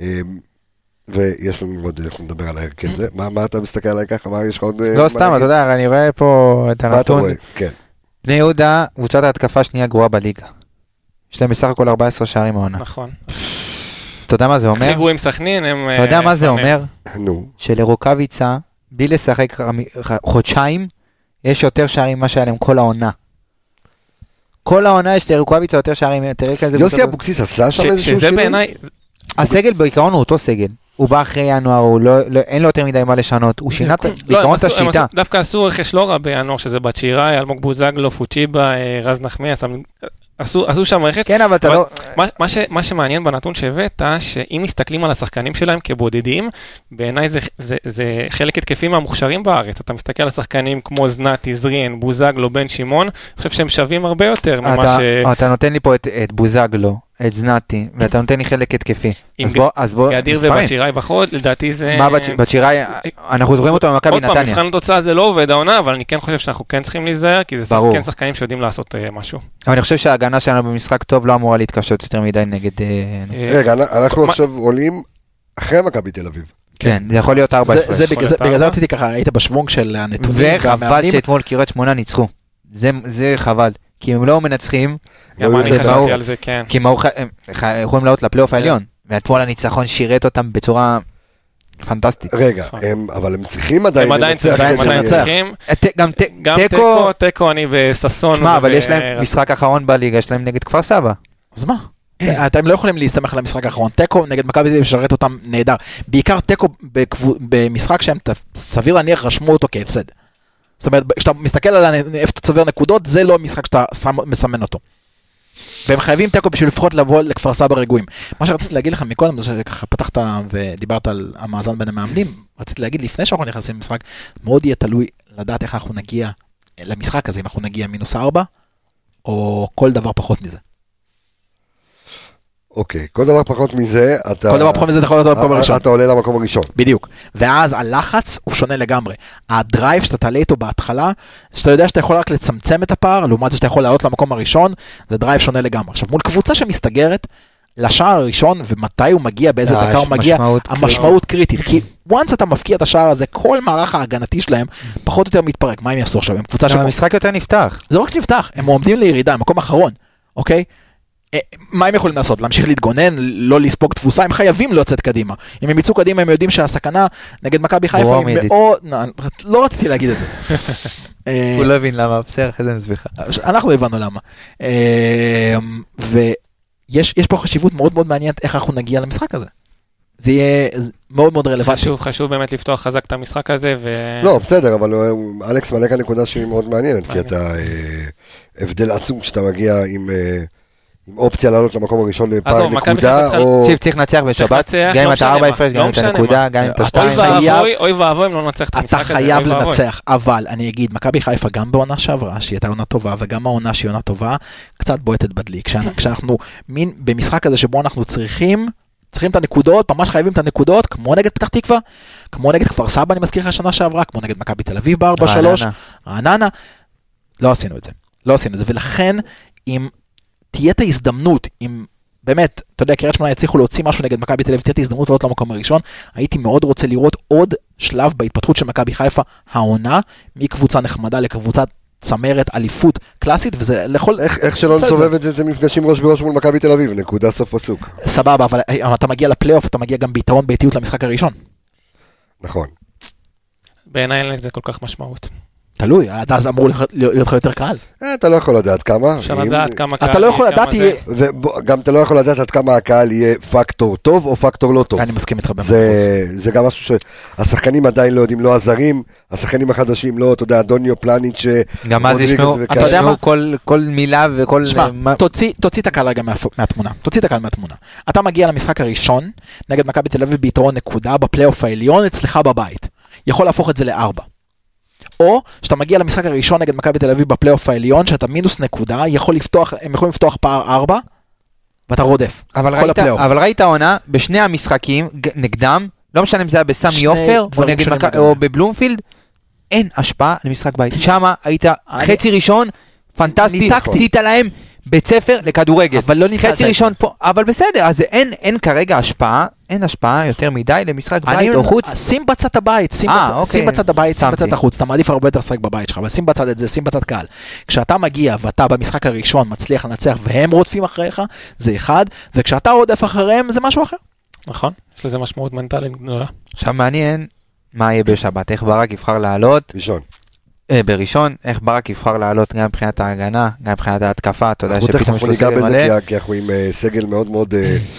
ויש לנו עוד, אנחנו נדבר על ההרכב זה. מה אתה מסתכל עליי ככה? מה יש לך עוד... לא סתם, אתה יודע, אני רואה פה את הנתון. כן. בני יהודה, קבוצת ההתקפה שנייה גרועה בליגה. יש להם בסך הכל 14 שערים העונה. נכון. אז אתה יודע מה זה אומר? הכי גרועים סכנין הם... אתה יודע מה זה אומר? נו. שלרוקאביצה, בלי לשחק חודשיים, יש יותר שערים ממה שהיה להם כל העונה. כל העונה יש לרוקאביצה יותר שערים. יוסי אבוקסיס עשה שם איזשהו שזה בעיניי... הסגל בעיקרון הוא אותו סגל. הוא בא אחרי ינואר, אין לו יותר מדי מה לשנות, הוא שינה בעיקרון את השיטה. דווקא עשו רכש לא רע בינואר, שזה בת שיראי, אלמוג בוזגלו, פוצ'יבה, רז נחמיאס, עשו שם רכש. כן, אבל אתה לא... מה שמעניין בנתון שהבאת, שאם מסתכלים על השחקנים שלהם כבודדים, בעיניי זה חלק התקפים המוכשרים בארץ. אתה מסתכל על השחקנים כמו זנתי, זריאן, בוזגלו, בן שמעון, אני חושב שהם שווים הרבה יותר ממה ש... אתה נותן לי פה את בוזגלו, את זנתי, ואתה נותן לי חלק התקפי. אז בוא... גדיר ובת שיראי בחוד, לדעתי זה... מה בת שיראי? אנחנו זוכרים אותו במכבי נתניה. עוד פעם, מבחן התוצאה זה לא עובד העונה, אבל אני כן חושב שאנחנו כן צריכים להיזהר, כי זה כן שחקנים שיודעים לעשות משהו. אבל אני חושב שההגנה שלנו במשחק טוב לא אמורה להתקשות יותר מדי נגד... רגע, אנחנו עכשיו עולים אחרי מכבי תל אביב. כן, זה יכול להיות 4 הפרש. בגלל זה רציתי ככה, היית בשוונג של הנתונים. וחבל שאתמול קריית שמונה ניצחו. זה חבל. כי הם לא מנצחים. גם אני חשבתי על זה, כן. כי הם יכולים לעלות לפלייאוף העליון. ואתמול הניצחון שירת אותם בצורה פנטסטית. רגע, אבל הם צריכים עדיין לנצח. גם תיקו, אני בססון. שמע, אבל יש להם משחק אחרון בליגה, יש להם נגד כפר סבא. אז מה? אתם לא יכולים להסתמך על המשחק האחרון. תיקו נגד מכבי זה משרת אותם נהדר. בעיקר תיקו במשחק שהם סביר להניח רשמו אותו כהפסד. זאת אומרת, כשאתה מסתכל על איפה אתה צובר נקודות, זה לא המשחק שאתה מסמן אותו. והם חייבים תיקו בשביל לפחות לבוא לכפר סבא רגועים. מה שרציתי להגיד לך מקודם, זה שככה פתחת ודיברת על המאזן בין המאמנים, רציתי להגיד לפני שאנחנו נכנסים למשחק, מאוד יהיה תלוי לדעת איך אנחנו נגיע למשחק הזה, אם אנחנו נגיע -4, או כל דבר פחות מזה. אוקיי, כל דבר פחות מזה, כל דבר פחות מזה אתה יכול לעלות למקום הראשון. אתה עולה למקום הראשון. בדיוק. ואז הלחץ הוא שונה לגמרי. הדרייב שאתה תעלה איתו בהתחלה, שאתה יודע שאתה יכול רק לצמצם את הפער, לעומת זה שאתה יכול לעלות למקום הראשון, זה דרייב שונה לגמרי. עכשיו, מול קבוצה שמסתגרת לשער הראשון, ומתי הוא מגיע, באיזה דקה הוא מגיע, המשמעות קריטית. כי once אתה מפקיע את השער הזה, כל מערך ההגנתי שלהם פחות או יותר מתפרק. מה הם יעשו עכשיו? הם קבוצה המשחק יותר נפתח. זה רק נפתח. הם עומדים לירידה, מקום אחרון. אוקיי? מה הם יכולים לעשות? להמשיך להתגונן, לא לספוג תפוסה, הם חייבים לצאת קדימה. אם הם יצאו קדימה, הם יודעים שהסכנה נגד מכבי חיפה היא מאוד... לא רציתי להגיד את זה. הוא לא הבין למה, בסדר, אחרי זה נסביך. אנחנו הבנו למה. ויש פה חשיבות מאוד מאוד מעניינת איך אנחנו נגיע למשחק הזה. זה יהיה מאוד מאוד רלוונטי. חשוב באמת לפתוח חזק את המשחק הזה. לא, בסדר, אבל אלכס מעלה כאן נקודה שהיא מאוד מעניינת, כי אתה הבדל עצום כשאתה מגיע עם אופציה לעלות למקום הראשון לפער נקודה, או... צריך לנצח בשבת, גם אם אתה 4 הפרש, גם אם אתה נקודה, גם אם אתה 2. אוי ואבוי אם לא ננצח את המשחק הזה. אתה חייב לנצח, אבל אני אגיד, מכבי חיפה גם בעונה שעברה, שהיא הייתה עונה טובה, וגם העונה שהיא עונה טובה, קצת בועטת בדלי. כשאנחנו במשחק הזה שבו אנחנו צריכים את הנקודות, ממש חייבים את הנקודות, כמו נגד פתח תקווה, כמו נגד כפר סבא, אני מזכיר לך שנה שעברה, כמו נגד מכבי תל אביב ב-4-3, רעננה. לא עשינו את זה, ולכן אם תהיה את ההזדמנות, אם באמת, אתה יודע, קריית שמונה יצליחו להוציא משהו נגד מכבי תל אביב, תהיה את ההזדמנות לעלות למקום הראשון, הייתי מאוד רוצה לראות עוד שלב בהתפתחות של מכבי חיפה, העונה, מקבוצה נחמדה לקבוצת צמרת, אליפות קלאסית, וזה לכל... איך שלא נסובב את זה, זה מפגשים ראש בראש מול מכבי תל אביב, נקודה סוף פסוק. סבבה, אבל אתה מגיע לפלייאוף, אתה מגיע גם ביתרון באיטיות למשחק הראשון. נכון. בעיניי אין לזה כל כך משמעות. תלוי, אתה אז אמור להיות לך יותר קהל. אתה לא יכול לדעת כמה. אפשר לדעת כמה קהל. אתה לא יכול לדעת, גם אתה לא יכול לדעת עד כמה הקהל יהיה פקטור טוב או פקטור לא טוב. אני מסכים איתך במאה אחוז. זה גם משהו שהשחקנים עדיין לא יודעים, לא הזרים, השחקנים החדשים, לא, אתה יודע, דוניו פלניץ' גם אז ישמעו כל מילה וכל... שמע, תוציא את הקהל רגע מהתמונה. תוציא את הקהל מהתמונה. אתה מגיע למשחק הראשון, נגד מכבי תל אביב ביתרון נקודה, בפלייאוף העליון, אצלך בבית. יכול להפוך את זה ל4. או שאתה מגיע למשחק הראשון נגד מכבי תל אביב בפלייאוף העליון, שאתה מינוס נקודה, הם יכולים לפתוח פער 4, ואתה רודף. אבל ראית העונה, בשני המשחקים נגדם, לא משנה אם זה היה בסמי עופר, או בבלומפילד, אין השפעה למשחק בית. שמה היית חצי ראשון, פנטסטי, עשית להם בית ספר לכדורגל. אבל לא ניצלת. חצי ראשון פה, אבל בסדר, אז אין כרגע השפעה, אין השפעה יותר מדי למשחק בית או חוץ. שים בצד הבית, שים בצד הבית, שים בצד החוץ, אתה מעדיף הרבה יותר לשחק בבית שלך, אבל שים בצד את זה, שים בצד קהל. כשאתה מגיע ואתה במשחק הראשון מצליח לנצח והם רודפים אחריך, זה אחד, וכשאתה רודף אחריהם זה משהו אחר. נכון, יש לזה משמעות מנטלית גדולה. עכשיו מעניין מה יהיה בשבת, איך ברק יבחר לעלות. בראשון, איך ברק יבחר לעלות גם מבחינת ההגנה, גם מבחינת ההתקפה, אתה יודע שפתאום יש לו סגל מלא. כי אנחנו עם סגל מאוד מאוד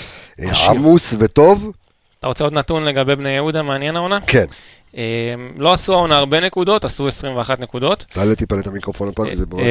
עמוס וטוב. אתה רוצה עוד נתון לגבי בני יהודה, מעניין העונה? כן. לא עשו העונה הרבה נקודות, עשו 21 נקודות. תעלה טיפה את המיקרופון הפעם, זה ברור.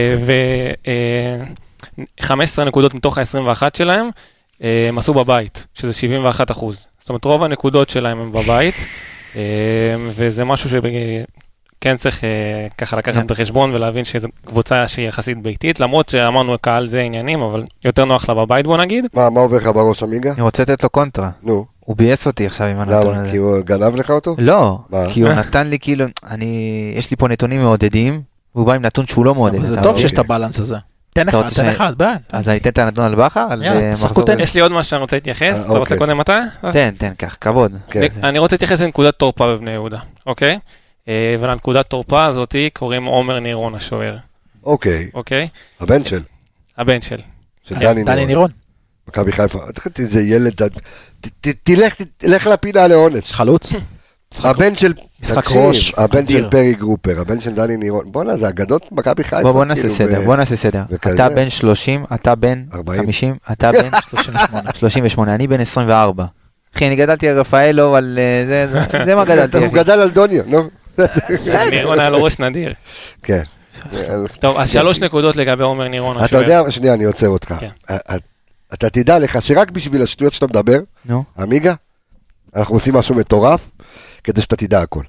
ו-15 נקודות מתוך ה-21 שלהם, הם עשו בבית, שזה 71%. זאת אומרת, רוב הנקודות שלהם הם בבית, וזה משהו כן צריך ככה לקחת בחשבון ולהבין שזו קבוצה שהיא יחסית ביתית, למרות שאמרנו קהל זה עניינים, אבל יותר נוח לה בבית בוא נגיד. מה עובר לך בראש עמיגה? אני רוצה לתת לו קונטרה. נו. הוא בייס אותי עכשיו עם הנתון הזה. למה? כי הוא גנב לך אותו? לא, כי הוא נתן לי כאילו, יש לי פה נתונים מעודדים, והוא בא עם נתון שהוא לא מעודד. זה טוב שיש את הבלנס הזה. תן אחד, בעד. אז אני אתן את הנתון על בכר? יש לי עוד משהו שאני רוצה להתייחס, אתה רוצה קודם אתה? תן, כך, כבוד. אני רוצה להתייחס לנקודת תורפה בבני יהודה, אוקיי? ולנקודת תורפה הזאת קוראים עומר נירון השוער. אוקיי. הבן של דני נירון. מכבי חיפה, זה ילד, תלך לפינה לעונש. חלוץ. הבן של, משחק ראש. הבן של פרי גרופר, הבן של דני נירון, בוא'נה, זה אגדות מכבי חיפה. בוא נעשה סדר, אתה בן 30, אתה בן 50, אתה בן 38, אני בן 24. אחי, אני גדלתי על רפאלו, אבל זה מה גדלתי. הוא גדל על דוניו, נו. נירון היה לו ראש נדיר. כן. טוב, אז 3 נקודות לגבי עומר נירון השוער. אתה יודע, שנייה, אני עוצר אותך. אתה תדע לך שרק בשביל השטויות שאתה מדבר, אמיגה, אנחנו עושים משהו מטורף, כדי שאתה תדע הכל.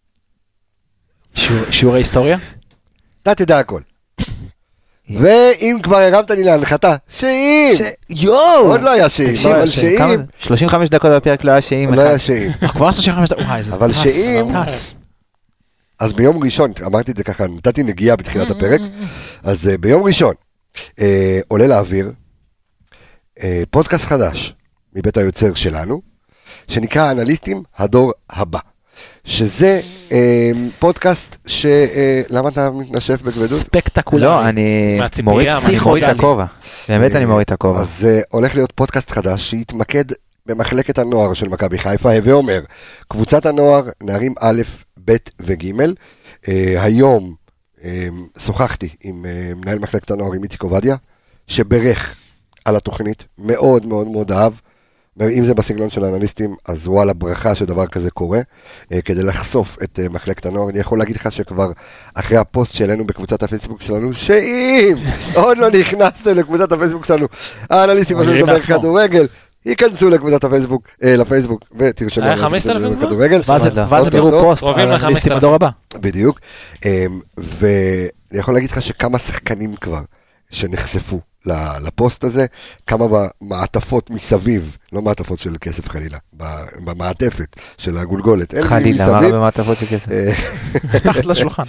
שיעורי היסטוריה? אתה תדע הכל. ואם כבר הרמת לי להנחתה, שאם! עוד לא היה שאם, אבל שאם... 35 דקות בפרק לא היה שאם. לא היה שאם. כבר 35 דקות, אבל שאם... אז ביום ראשון, אמרתי את זה ככה, נתתי נגיעה בתחילת הפרק, אז ביום ראשון עולה לאוויר פודקאסט חדש מבית היוצר שלנו, שנקרא אנליסטים הדור הבא, שזה פודקאסט למה אתה מתנשף בגבדות? ספקטקולרי. לא, אני מוריד את הכובע, באמת אני מוריד את הכובע. אז הולך להיות פודקאסט חדש שיתמקד במחלקת הנוער של מכבי חיפה, ואומר, קבוצת הנוער, נערים א', ב' וג'. היום שוחחתי עם מנהל מחלקת הנוער, עם איציק עובדיה, שברך על התוכנית, מאוד מאוד מאוד אהב, אם זה בסגנון של האנליסטים, אז וואלה, ברכה שדבר כזה קורה, כדי לחשוף את מחלקת הנוער. אני יכול להגיד לך שכבר אחרי הפוסט שלנו בקבוצת הפייסבוק שלנו, שאם עוד לא נכנסתם לקבוצת הפייסבוק שלנו, האנליסטים משהו לדבר כדורגל, ייכנסו לקבוצת הפייסבוק, לפייסבוק, ותרשמו היה 5,000 כדורגל. ואז הם יראו פוסט, האנליסטים הדור הבא. בדיוק, ואני יכול להגיד לך שכמה שחקנים כבר שנחשפו לפוסט הזה, כמה במעטפות מסביב, לא מעטפות של כסף חלילה, במעטפת של הגולגולת. חלילה, מה במעטפות של כסף? תחת לשולחן.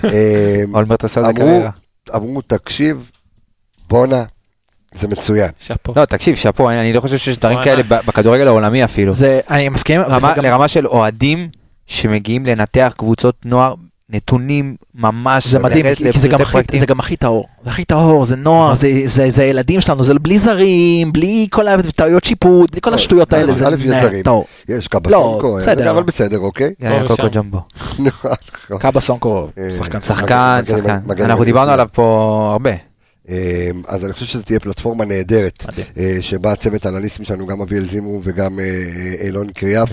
אמרו, תקשיב, בונה, זה מצוין. לא, תקשיב, שפו, אני לא חושב שיש דברים כאלה בכדורגל העולמי אפילו. אני מסכים. לרמה של אוהדים שמגיעים לנתח קבוצות נוער, נתונים ממש, זה מדהים, כי זה גם הכי טהור, זה הכי טהור, זה נוער, זה הילדים שלנו, זה בלי זרים, בלי כל הטעויות שיפוט, בלי כל השטויות האלה, זה טהור. יש קאבה סונקו, אבל בסדר, אוקיי? קוקו ג'מבו. קאבה סונקו, שחקן, אנחנו דיברנו עליו פה הרבה. אז אני חושב שזו תהיה פלטפורמה נהדרת, שבה הצוות האנליסטים שלנו, גם אביאל זימו וגם אילון קריאף,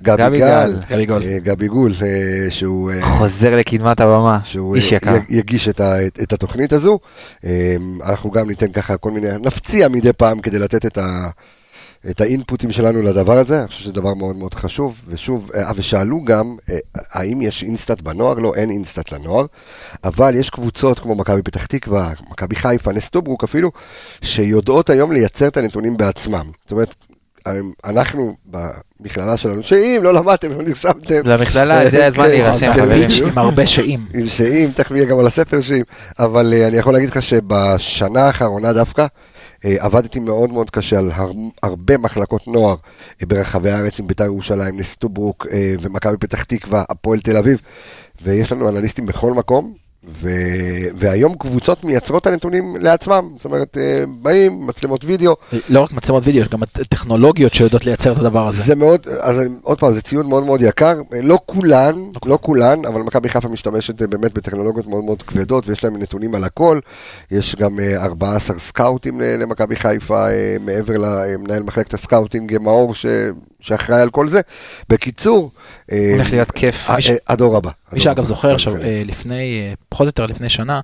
גבי גול, שהוא חוזר לקדמת הבמה, איש יקר. יגיש את התוכנית הזו. אנחנו גם ניתן ככה כל מיני, נפציע מדי פעם כדי לתת את האינפוטים שלנו לדבר הזה. אני חושב שזה דבר מאוד מאוד חשוב, ושאלו גם, האם יש אינסטאט בנוער? לא, אין אינסטאט לנוער, אבל יש קבוצות כמו מכבי פתח תקווה, מכבי חיפה, נס טוברוק אפילו, שיודעות היום לייצר את הנתונים בעצמם. זאת אומרת, אנחנו במכללה שלנו, שאם לא למדתם, לא נרשמתם. למכללה, זה הזמן להירשם, חברים. עם הרבה שאים. עם שאים, תכף יהיה גם על הספר שאים, אבל אני יכול להגיד לך שבשנה האחרונה דווקא, עבדתי מאוד מאוד קשה על הרבה מחלקות נוער ברחבי הארץ, עם בית"ר ירושלים, נס טוברוק ומכבי פתח תקווה, הפועל תל אביב, ויש לנו אנליסטים בכל מקום, והיום קבוצות מייצרות את הנתונים לעצמם, זאת אומרת, באים, מצלמות וידאו. לא רק מצלמות וידאו, יש גם טכנולוגיות שיודעות לייצר את הדבר הזה. זה מאוד, אז עוד פעם, זה ציוד מאוד מאוד יקר, לא כולן, אבל מכבי חיפה משתמשת באמת בטכנולוגיות מאוד מאוד כבדות, ויש להם נתונים על הכל, יש גם 14 סקאוטים למכבי חיפה, מעבר למנהל מחלקת הסקאוטינג, מאור, שאחראי על כל זה. בקיצור, הולך להיות כיף. הדור הבא. מי שאגב זוכר, לפני, פחות או יותר לפני שנה,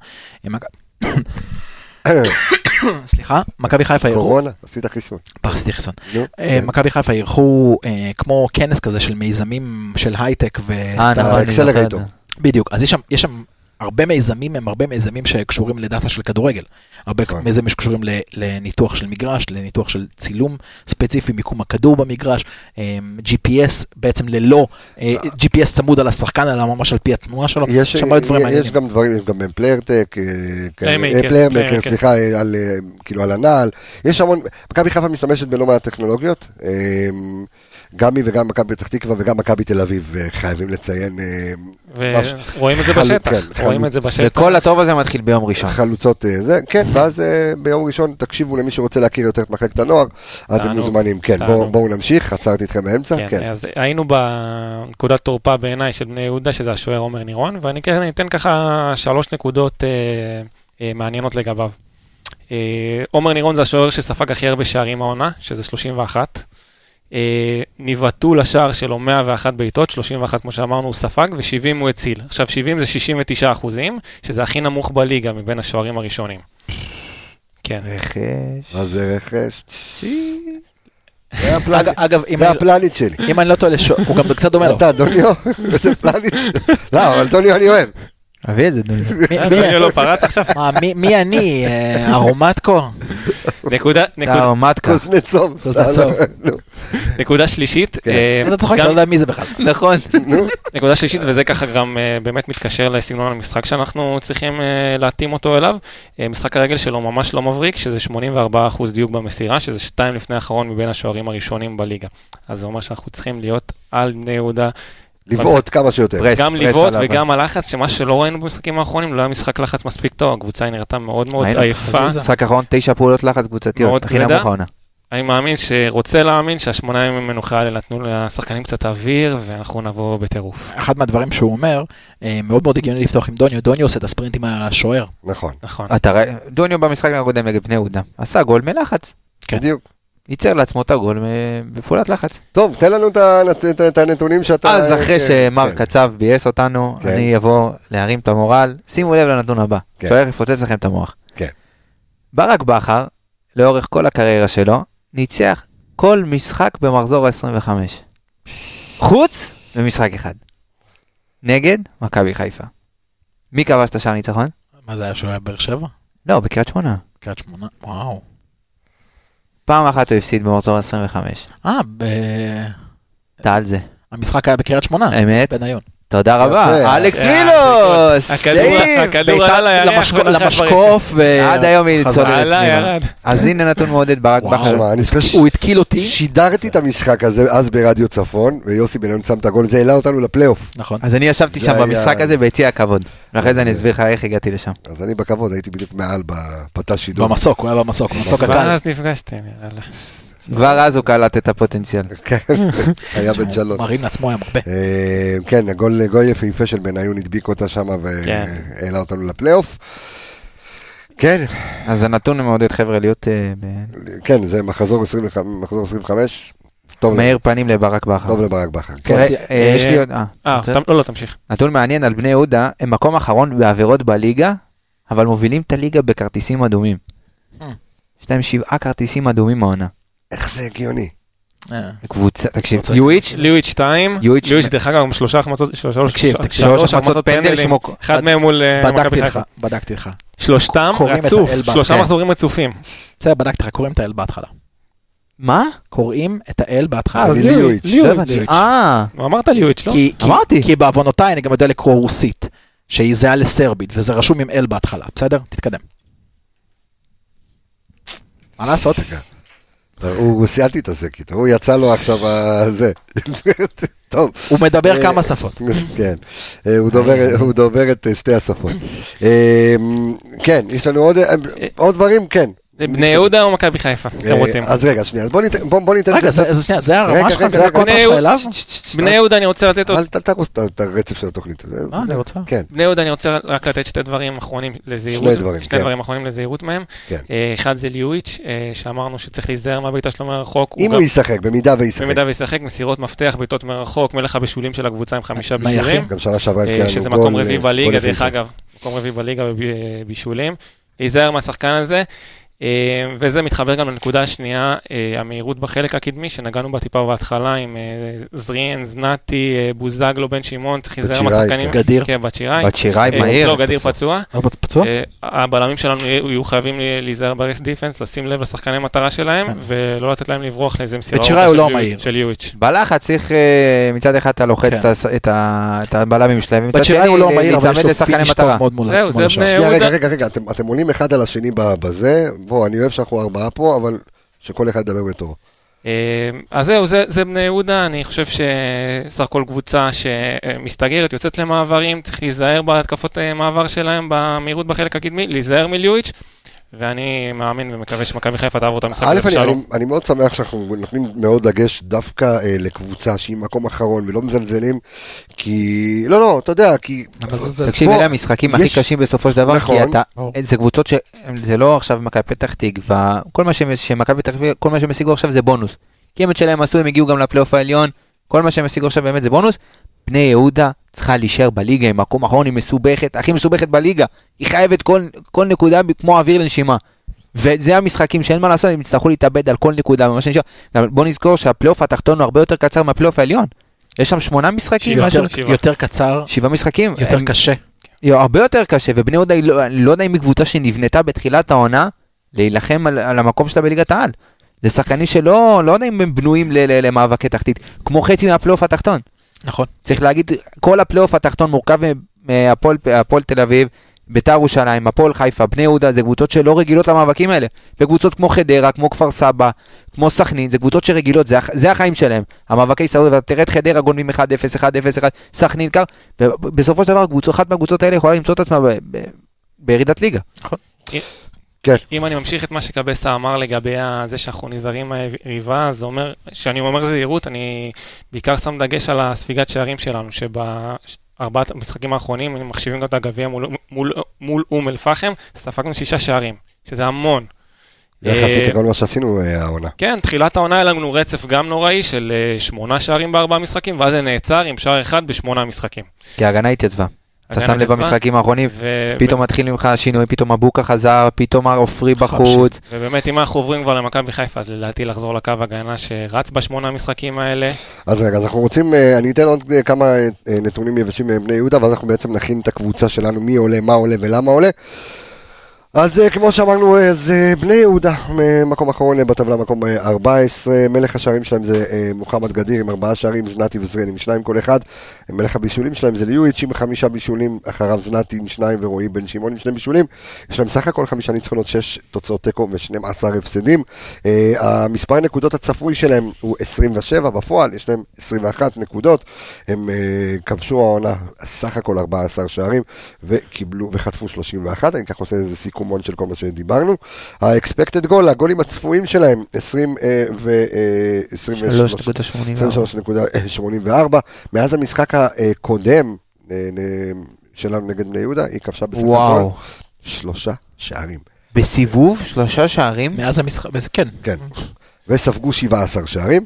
סליחה, מכבי חיפה אירחו. קורונה, עשית חיסון. עשיתי חיסון. מכבי חיפה אירחו כמו כנס כזה של מיזמים של הייטק וסטארט-אפ. אקסלרייטור. בדיוק, אז יש שם הרבה מיזמים הם הרבה מיזמים שקשורים לדאטה של כדורגל. הרבה מיזמים שקשורים לניתוח של מגרש, לניתוח של צילום ספציפי, מיקום הכדור במגרש, GPS בעצם ללא, GPS צמוד על השחקן, אלא ממש על פי התנועה שלו. יש גם דברים, גם פליירטק, פליירמקר, סליחה, כאילו על הנעל. יש המון, מכבי חיפה משתמשת בלא מעט טכנולוגיות, גם היא וגם מכבי פתח תקווה וגם מכבי תל אביב חייבים לציין. ורואים את זה בשטח, רואים את זה בשטח. וכל הטוב הזה מתחיל ביום ראשון. חלוצות זה, כן, ואז ביום ראשון תקשיבו למי שרוצה להכיר יותר את מחלקת הנוער, אתם מוזמנים, כן, בואו נמשיך, עצרתי אתכם באמצע, כן. אז היינו בנקודת תורפה בעיניי של בני יהודה, שזה השוער עומר נירון, ואני אתן ככה 3 נקודות מעניינות לגביו. עומר נירון זה השוער שספג הכי הרבה שערים העונה, שזה 31. ניבטו לשער שלו 101 בעיטות, 31 כמו שאמרנו הוא ספג, ו70 הוא הציל. עכשיו 70 זה 69%, שזה הכי נמוך בליגה מבין השוערים הראשונים. כן. רכש. מה זה רכש? אגב, זה הפלנית שלי. אם אני לא טועה, הוא גם קצת דומה לו. אתה, דוניו? זה פלנית. לא, אבל דוניו אני אוהב. אביא את זה, דוניו. דוניו לא פרץ עכשיו? מי אני? ארומטקו? קוסנצוב. נקודה שלישית. אתה צוחק, אתה לא יודע מי זה בכלל. נכון. נקודה שלישית, וזה ככה גם באמת מתקשר לסגנון המשחק שאנחנו צריכים להתאים אותו אליו. משחק הרגל שלו ממש לא מבריק, שזה 84% דיוק במסירה, שזה 2 לפני האחרון מבין השוערים הראשונים בליגה. אז זה אומר שאנחנו צריכים להיות על בני יהודה. לבעוט כמה שיותר. גם לבעוט וגם הלחץ, שמה שלא ראינו במשחקים האחרונים, לא היה משחק לחץ מספיק טוב, הקבוצה היא נראתה מאוד מאוד עייפה. משחק האחרון 9 פעולות לחץ קבוצתיות, הכי נמוך העונה. אני מאמין שרוצה להאמין שה8 ימים מנוחה האלה נתנו לשחקנים קצת אוויר, ואנחנו נבוא בטירוף. אחד מהדברים שהוא אומר, מאוד מאוד הגיוני לפתוח עם דוניו, דוניו עושה את הספרינט עם השוער. נכון. דוניו במשחק הקודם נגד בני יהודה, עשה גול מלחץ. בדיוק. ייצר לעצמו את הגול בפעולת לחץ. טוב, תן לנו את הנתונים שאתה... אז אחרי שמר קצב בייס אותנו, אני אבוא להרים את המורל, שימו לב לנתון הבא, שוער יפוצץ לכם את המוח. ברק בכר, לאורך כל הקריירה שלו, ניצח כל משחק במחזור ה-25. חוץ במשחק אחד. נגד מכבי חיפה. מי כבש את השער ניצחון? מה זה היה, שהוא היה באר שבע? לא, בקריית שמונה. קריית שמונה, וואו. פעם אחת הוא הפסיד במחזור 25. אתה על זה. המשחק היה בקריית שמונה. אמת. בניון. תודה רבה. אלכס מילוס. הכדור עלה לירח. למשקוף. עד היום היא צוללת פנימה. אז הנה נתון מעודד ברק בכר. הוא התקיל אותי. שידרתי את המשחק הזה אז ברדיו צפון, ויוסי בניון שם את הגול, זה העלה אותנו לפלייאוף. נכון. אז אני ישבתי שם במשחק הזה ביציע הכבוד. ואחרי זה אני אסביר לך איך הגעתי לשם. אז אני בכבוד, הייתי בדיוק מעל בפתא שידור. במסוק, הוא היה במסוק. אז נפגשתם, יאללה. כבר אז הוא קלט את הפוטנציאל. כן, היה בן 3. מרים לעצמו היה מרבה. כן, הגול יפהפה של בניון הדביק אותה שם והעלה אותנו לפלייאוף. כן. אז הנתון מעודד חבר'ה להיות... כן, זה מחזור 25. מאיר פנים לברק בכר. טוב לברק בכר. יש לי עוד... לא, תמשיך. נתון מעניין על בני יהודה, הם מקום אחרון בעבירות בליגה, אבל מובילים את הליגה בכרטיסים אדומים. יש להם 7 כרטיסים אדומים העונה. איך זה הגיוני? קבוצה, תקשיב, ליואיץ' 2, ליואיץ' דרך אגב 3 החמצות פנדל, אחד מהם מול מכבי חיפה. בדקתי לך. 3 רצוף, 3 מחזורים רצופים. בסדר, בדקתי לך, קוראים את האל בהתחלה. מה? קוראים את האל בהתחלה. אז ליואיץ'. אמרת ליואיץ', לא? אמרתי. כי בעוונותיי אני גם יודע לקרוא רוסית, שזה היה לסרבית, וזה רשום עם אל בהתחלה. בסדר? תתקדם. מה לעשות? הוא סיאלתי את זה, הוא יצא לו עכשיו זה. טוב. הוא מדבר כמה שפות. כן, הוא דובר את 2 השפות. כן, יש לנו עוד דברים, כן. בני יהודה או מכבי חיפה, אתם רוצים. אז רגע, שנייה, בוא ניתן... רגע, זה הרמה שלך, זה הכל מה שלך אליו? בני יהודה אני רוצה לתת... אל תרוס את הרצף של התוכנית הזה. אני רוצה. בני יהודה אני רוצה רק לתת 2 דברים אחרונים לזהירות. 2 דברים אחרונים לזהירות מהם. אחד זה ליואיץ', שאמרנו שצריך להיזהר מהבעיטה שלו מרחוק. אם הוא ישחק, במידה וישחק. במידה וישחק, מסירות מפתח, בעיטות מרחוק, מלך הבישולים של הקבוצה עם 5 בישולים. גם שנה שעברה שזה מקום רביעי בליגה, דרך אגב, מקום רביעי בליגה בבישולים. להיזהר מהשחקן הזה. וזה מתחבר גם לנקודה השנייה, המהירות בחלק הקדמי, שנגענו בטיפה בהתחלה עם זריאן, זנתי, בוזגלו, בן שמעון, צריך להיזהר מהשחקנים. גדיר. כן, בצ'יראי. בצ'יראי מהיר. לא, גדיר פצוע. פצוע? הבלמים שלנו יהיו חייבים להיזהר ברס דיפנס, לשים לב לשחקני מטרה שלהם, ולא לתת להם לברוח לאיזה מסירה של יואיץ'. בלחץ צריך מצד אחד אתה לוחץ את הבלמים שלהם, מצד שני להצמד לשחקני מטרה. זהו, זה בני יהודה. רגע, אתם עולים אחד על השני בזה, בוא, אני אוהב שאנחנו 4 פה, אבל שכל אחד ידבר בתורו. אז זהו, זה בני יהודה, אני חושב שסך הכל קבוצה שמסתגרת, יוצאת למעברים, צריך להיזהר בהתקפות מעבר שלהם, במהירות בחלק הקדמי, להיזהר מליואיץ', ואני מאמין ומקווה שמכבי חיפה תעבור את המשחק. אני מאוד שמח שאנחנו נותנים מאוד דגש דווקא לקבוצה שהיא מקום אחרון ולא מזלזלים, כי לא, אתה יודע, כי תקשיב, אלה המשחקים הכי קשים בסופו של דבר, כי זה קבוצות שזה לא עכשיו מכבי פתח תקווה, כל מה שהם השיגו עכשיו זה בונוס, כי הם שלהם עשו, הם הגיעו גם לפלייאוף העליון, כל מה שהם השיגו עכשיו באמת זה בונוס. בני יהודה צריכה להישאר בליגה, עם מקום אחרון, היא מסובכת, הכי מסובכת בליגה, היא חייבת כל נקודה כמו אוויר לנשימה, וזה המשחקים שאין מה לעשות, הם יצטרכו להתאבד על כל נקודה, ממש נשאר. בוא נזכור שהפלייאוף התחתון הוא הרבה יותר קצר מהפלייאוף העליון, יש שם 8 משחקים, יותר קצר, 7 משחקים, יותר קשה, הרבה יותר קשה, ובני יהודה לא יודע אם היא קבוצה שנבנתה בתחילת העונה, להילחם על המקום שלה בליגת העל, זה שחקנים שלא יודע אם הם בנויים למאבקי תחתית, כמו חצי מהפלייאוף התחתון. נכון. צריך להגיד, כל הפלייאוף התחתון מורכב מהפועל תל אביב, בית"ר ירושלים, הפועל חיפה, בני יהודה, זה קבוצות שלא רגילות למאבקים האלה. וקבוצות כמו חדרה, כמו כפר סבא, כמו סכנין, זה קבוצות שרגילות, זה החיים שלהם. המאבקי הישרדות, ותראה את חדרה גונבים 1-0, 1-0, סכנין קר, ובסופו של דבר, אחת מהקבוצות האלה יכולה למצוא את עצמה בירידת ליגה. נכון. כן. אם אני ממשיך את מה שקבסה אמר לגבי זה שאנחנו נזהרים מהיריבה, זה אומר, שאני אומר זהירות, אני בעיקר שם דגש על הספיגת שערים שלנו, שבארבעת המשחקים האחרונים, אם מחשיבים גם את הגביע מול אום אל פחם, ספגנו 6 שערים, שזה המון. יחסית לכל מה שעשינו העונה. כן, תחילת העונה היה לנו רצף גם נוראי של 8 שערים ב4 משחקים, ואז זה נעצר עם שער אחד ב8 משחקים. כי ההגנה התייצבה. אתה שם לב במשחקים האחרונים, פתאום מתחיל ממך שינוי, פתאום מבוקה חזר, פתאום עופרי בחוץ. ובאמת, אם אנחנו עוברים כבר למכבי חיפה, אז לדעתי לחזור לקו הגנה שרץ ב8 המשחקים האלה. אז רגע, אז אנחנו רוצים, אני אתן עוד כמה נתונים יבשים מבני יהודה, ואז אנחנו בעצם נכין את הקבוצה שלנו, מי עולה, מה עולה ולמה עולה. אז כמו שאמרנו, זה בני יהודה, מקום אחרון בטבלה, מקום 14, מלך השערים שלהם זה מוחמד גדיר עם 4 שערים, זנתי וזרן עם 2 כל אחד, מלך הבישולים שלהם זה ליואיץ' עם 5 בישולים, אחריו זנתי עם 2 ורועי בן שמעון עם 2 בישולים, יש להם סך הכל 5 ניצחונות, 6 תוצאות תיקו ו12 הפסדים, המספר נקודות הצפוי שלהם הוא 27 בפועל, יש להם 21 נקודות, הם כבשו העונה סך הכל 14 שערים וקיבלו וחטפו 31, אני כך עושה איזה סיכום של כל מה שדיברנו. ה-expected goal, הגולים הצפויים שלהם 23.84. מאז המשחק הקודם שלנו נגד בני יהודה, היא כבשה בסך הכל 3 שערים. בסיבוב 3 שערים? מאז המשחק, כן. כן. וספגו 17 שערים.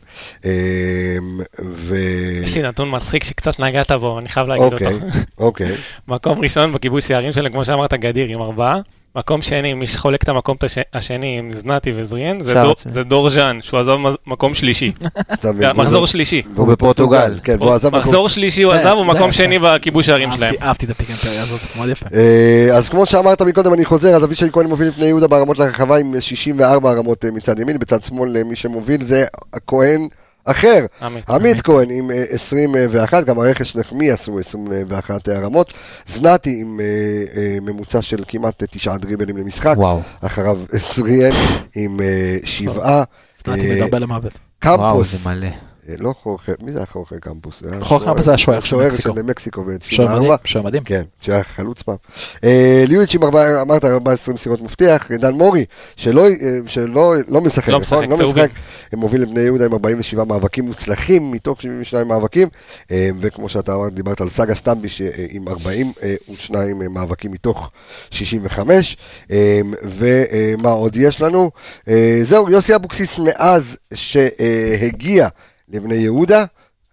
יש לי נתון מצחיק שקצת נגעת בו, אני חייב להגיד אותו. אוקיי. מקום ראשון בכיבוש שערים שלהם, כמו שאמרת, גדיר עם 4. מקום שני, מי שחולק את המקום השני עם זנתי וזריאן, זה דור ז'אן, שהוא עזב מקום שלישי. מחזור שלישי. הוא בפורטוגל. מחזור שלישי הוא עזב, הוא מקום שני בכיבוש הערים שלהם. אהבתי את הפיקנטריה הזאת, מאוד יפה. אז כמו שאמרת מקודם, אני חוזר, אז אבישי כהן מוביל לפני יהודה ברמות לרחבה עם 64 הרמות מצד ימין, בצד שמאל מי שמוביל זה הכהן אחר, עמית כהן עם 21, גם הרכש נחמי עשו 21 הרמות, זנתי עם ממוצע של כמעט 9 דריבלים למשחק, אחריו זריאן עם 7, זנתי מדרבל למוות. קמפוס, וואו, זה מלא. לא חורכה, מי זה היה חורכה קמפוס? חורכה זה השוער של מקסיקו ב-94. שוער מדהים. כן, שהיה חלוץ פעם. ליואיץ' עם 14 מסירות מפתח, דן מורי, שלא משחק, נכון? לא משחק, הם מוביל לבני יהודה עם 47 מאבקים מוצלחים, מתוך 72 מאבקים, וכמו שאתה דיברת על סגה סטמבי, עם 42 מאבקים מתוך 65, ומה עוד יש לנו? זהו, יוסי אבוקסיס מאז שהגיע לבני יהודה,